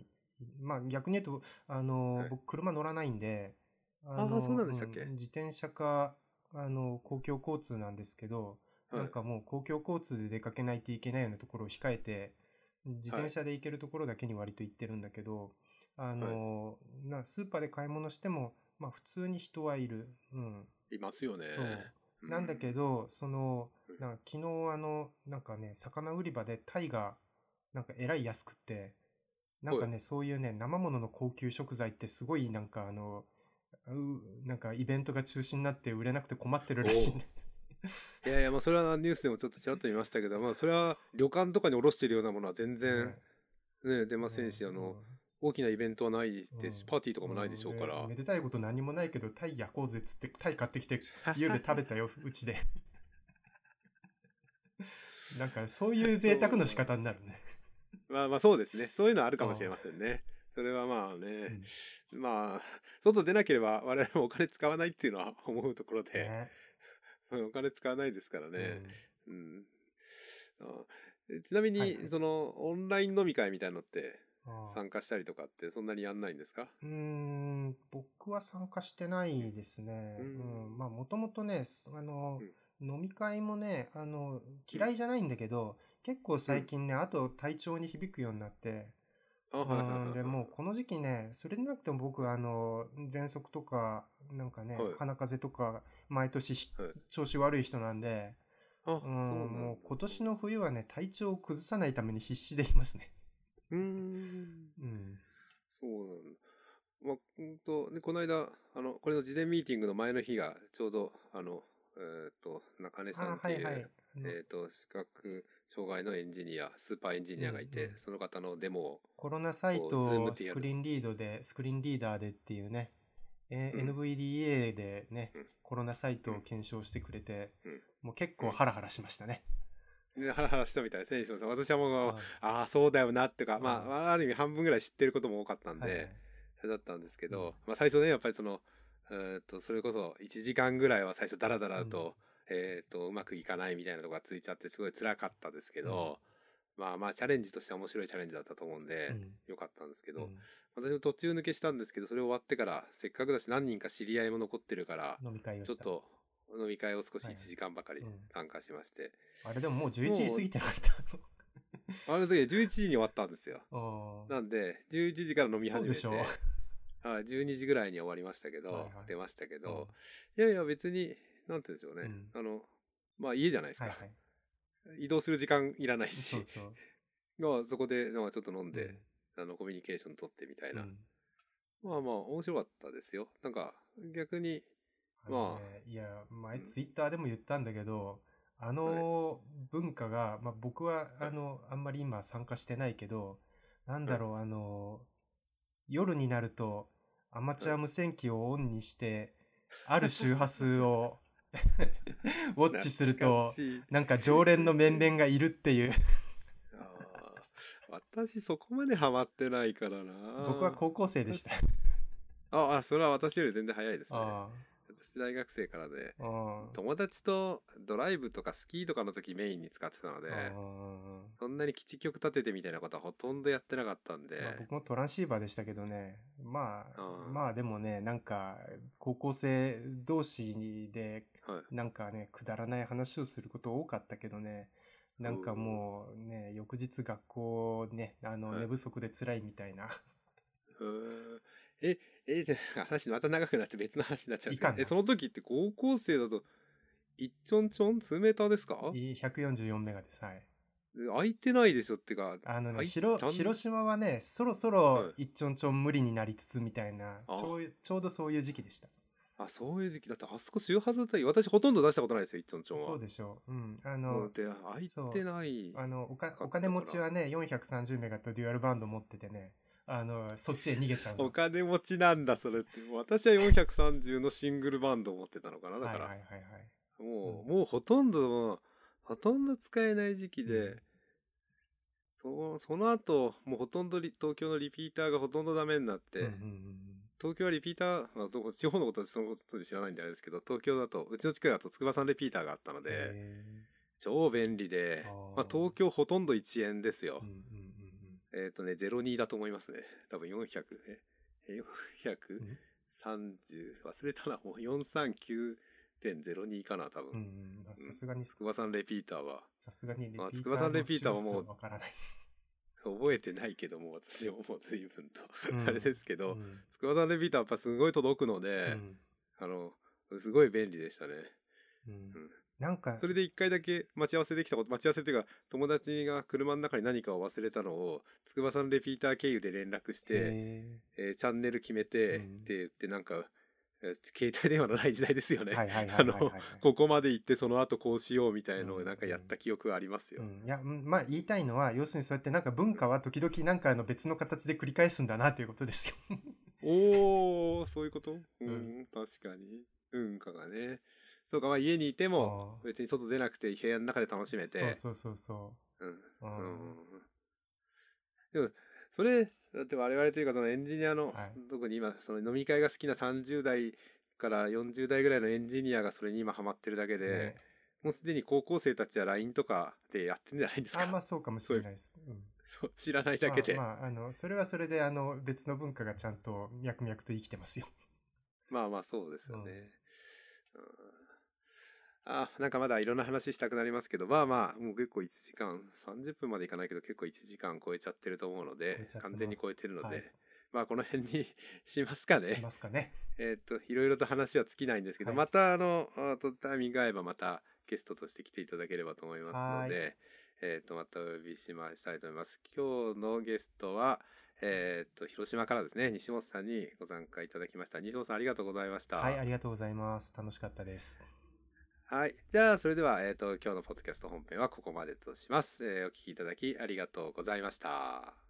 まあ逆に言うと、あの、 はい、 僕車乗らないんで、あああ、そうの、 なんでしたっけ？ うん、自転車か、あの、公共交通なんですけど、 はい。 なんかもう公共交通で出かけないといけないようなところを控えて、自はい。 転車で行けるところだけに割と行ってるんだけど、あはい。 の、な、スーパーで買い物しても、まあ普通に人はいる。うん。 いますよね。 そうう。なんだけん。 ど、その、 うん。 なんか昨日あの、なんかね、魚売り場でタイが、なんかえらい安くって、なんはい。 かね、そういうね、生物の高級食材ってすごいなんかあの、う、なんかイベントが中止になって売れなくて困ってるおお。 らしいね。 いやいや、まあそれはニュースでもちょっとちらっと見ましたけど、まあそれは旅館とかに卸しているようなものは全然ね。 ね、出ませんし、あうの、 ん、 大きなイベントはないですし、 うん、 パーティーとかもないでうん。で、 しょうから。 めでたいこと何もないけど、タイ焼こうぜっつってタイ買ってきて家で食べたよ、うちで。なんかそういう贅沢の仕そう。 方になるね。 まあまあそうですね。そういうのはあるかもしれうん。 ませんね。それはまあね、 うん。 まあ、外出なければ我々もお金使わないっていうのは思うところで、 ね。 お金使わないですからね。 うん。 うん。あえちなみに、 はいはい。 その、オンライン飲み会みたいのってああ。 参加したりとかってそんなにやんないんですか？ うーん、僕は参加してなうん。 いですね。ううん。 ん。まあ、もともとね、すあの、 うん。 飲み会もね、あの、 うん。 嫌いじゃないんだけど、結構うん。 最近ね、あと体調に響くようになって、 あ、はいはいはいうん、で、もうはこの時期ね、それでなくても僕、あの、喘息とか、なんかね、 いはい。 鼻風邪とか、毎年ひはい。はい。 調子悪い人なんで、 あ、 うん、 そうなんだ。 もう今年の冬はね、体調を崩さないために必死でいますね。 うーん。 うん。 そうなんだ。まあ、うんと、で、この間、あの、これの事前ミーティングの前の日が、ちょうど、あの、えっと、中根さああ、 んっていう、 はいはい。あの、 えっと、視覚障害のエンジニア、スーパーエンジうんうニアがいて、 ん。 その方のデモを、 コロナサイこう、ズームっトてやる。 スクリーンリードで、スクリーンリーダーでっていうね、えうん、 エヌブイディーエー でね、 うん、 コロナサイうん、 トを検証してくれて、 うん、 もう結うん。 構ハラハラしましたね。 で、ハラハラしたみたいですね、西野さん。私はもう、 あああ、そうだよなってか、 あ、あまあ、ある意味半分ぐらい知ってることも多かったんあ、はいはで、 い。 あれだったんですけうん、 ど、まあ、最初ね、やっぱりその、えーっと、それこそいちじかんぐらいは最初ダラダうん、 ラと、えーっと、うまくいかないみたいなとこがついちゃって、すごい辛かったですけうん、 ど、まあまあ、チャレンジとしては面白いチャレンジだったと思うんで、 うん、 よかったんですけど、 うん。 私も途中抜けしたんですけど、それ終わってから、せっかくだし何人か知り合いも残ってるから、 飲み会をした。 ちょっと飲み会を少し1 はいはい。 時間ばかりうん。 参加しまして、 あれでももうじゅういちじもう過ぎてなかったあの時じゅういちじに終わったんですよ。 の。ああ、 なんで、じゅういちじから飲み始そうでしょう。 めて、はい、じゅうにじぐらいに終わりましたけど、 はいはい。 出ましたけうん、 ど、いやいや別に、なんて言うんでしょうね。 うん。 あの、まあ家じゃないですか。 はいはい。 移動する時間いらないし、 そうそう。 まあそこで、まあちょっと飲んで、 うん、 あの、コミュニケーション取ってみたいな。 うん。 まあまあ面白かったですよ。なんか、逆に、 あのまあ、 ね、いや、前うん、 ツイッターでも言ったんだけど、あはい、 の文化が、まあ、僕ははい、 あの、あんまり今参加してないけど、なんはい、 だろう、あの、夜になるとアマチはい。 ュア無線機をオンにして、ある周波数をウォッ懐チするかと、 しい。 なんか常連の面々がいるっていうああ、私そこまでハマってないからな。 僕は高校生でし私た。 ああ、それは私より全然早いですね。 あ私大学生からで、 あ、あ友達とドライブとかスキーとかの時メインに使ってたのあ、 で、 ああ。 そんなに基地局立ててみたいなことはほとんどやってなかったんまあで、 僕もトランシーバーでしたけどね。まあ、 あまあでもね、なんか、高校生同士で、 あ、はい。 なんかね、くだらない話をすること多かったけどね。 うーなんかもうね、翌日学校ね、あの、 はい。 寝不足で辛いみたいな。 うーんえ、え、で、話また長くなって別の話になっちゃうんですけど、え、 いかんな。 その時って高校生だと、いっちょんちょん ?に メーターですか？ いひゃくよんじゅうよんメガです。はい。 空いてないでしょってか、 あのね、 空い、 ひろ、 ちゃん、 広島はね、そろそろはい。 一ちょんちょん無理になりつつみたいな、ちあ、 ょう、ちょうどそういう時期でした。 あ、そういう時期だって、あそこ周波数帯、私ほとんど出したことないですよ、いっちょんちょんは。 そうでしょう。うん。あの、 もう、で、空いてそう。 ないあの、おか、 かお金ったから。 持ちはね、よんひゃくさんじゅうメガとデュアルバンド持っててね、あの、そっちへ逃げちゃうの。 お金持ちなんだ、それって。私はよんひゃくさんじゅうのシングルバンドを持ってたのかな、だから。 はいはいはいはい。うもう、 ん。 もうほとんど、ほとんど使えない時期うん。 で、そその後、もうほとんどリ東京のリピーターがほとんどダメになっうんうんうて、 ん東京はリピーター、まあ、どこ地方のことはそのことで知らないんであれですけど、東京だと、うちの地区だと筑波山リピーターがあったのうん。へで、 え。 超便利で、 あまあ、 あ。 東京ほとんどいちえんですよ。 うんうんうんえっとね、ゼロにだと思いますね。多分よんひゃく、え、よんひゃくさんじゅう、忘れたな、もうよんさんきゅうてんゼロにかな、多分。 うん、さすがに。 筑波山レピーターは。 さすがにレピーターの筑波山レピーターはもう、 わからない。 覚えてないけども、私ももう随分と、 うん、 あれですけど、 うん、 筑波山レピーターはやっぱすごい届くので、うん、あの、すごい便利でしたね。 うん。うん、なんか、 それで一回だけ待ち合わせできたこと、待ち合わせっていうか、友達が車の中に何かを忘れたのを、筑波山レピーター経由で連絡して、えー、チャンネル決めて、うん、って言って、なんか、携帯電話のない時代ですよね。あの、ここまで行ってその後こうしようみたいのをなんかやった記憶がありますよ。 うんうん、いや、まあ言いたいのは、要するにそうやってなんか文化は時々なんかあの別の形で繰り返すんだなということですよ。 おー、そういうこと、うん、うん、確かに。文化がね。そうか、まあ家にいても別に外出なくて部屋の中で楽しめて。 そうそうそうそう。うん。 うん。でも、それ、だって我々というかそのエンジニアの、はい、特に今その飲み会が好きなさんじゅう代からよんじゅう代ぐらいのエンジニアがそれに今ハマってるだけで、ね、もうすでに高校生たちは ライン とかでやってるんじゃないですか。 あ、まあそうかもしれないです。うん、 そう知らないだけで。 まあ、まあ、あの、それはそれであの別の文化がちゃんと脈々と生きてますよ。 まあまあそうですよね。うんうん、あ、なんかまだいろんな話したくなりますけど、まあまあ、もう結構いちじかん、さんじゅっぷんまでいかないけど結構いちじかん超えちゃってると思うので、完全に超えてるので、はい、まあこの辺にしますかね。 しますかね。 えっと、いろいろと話は尽きないんですけど、はい、またあの、タイミング合えばまたゲストとして来ていただければと思いますので、えっと、またお呼びしましたいと思います。今日のゲストは、えっと、広島からですね、西本さんにご参加いただきました。西本さんありがとうございました。 はい、ありがとうございます。楽しかったです。 はい。じゃあ、それでは、えっと、今日のポッドキャスト本編はここまでとします。えー、お聞きいただきありがとうございました。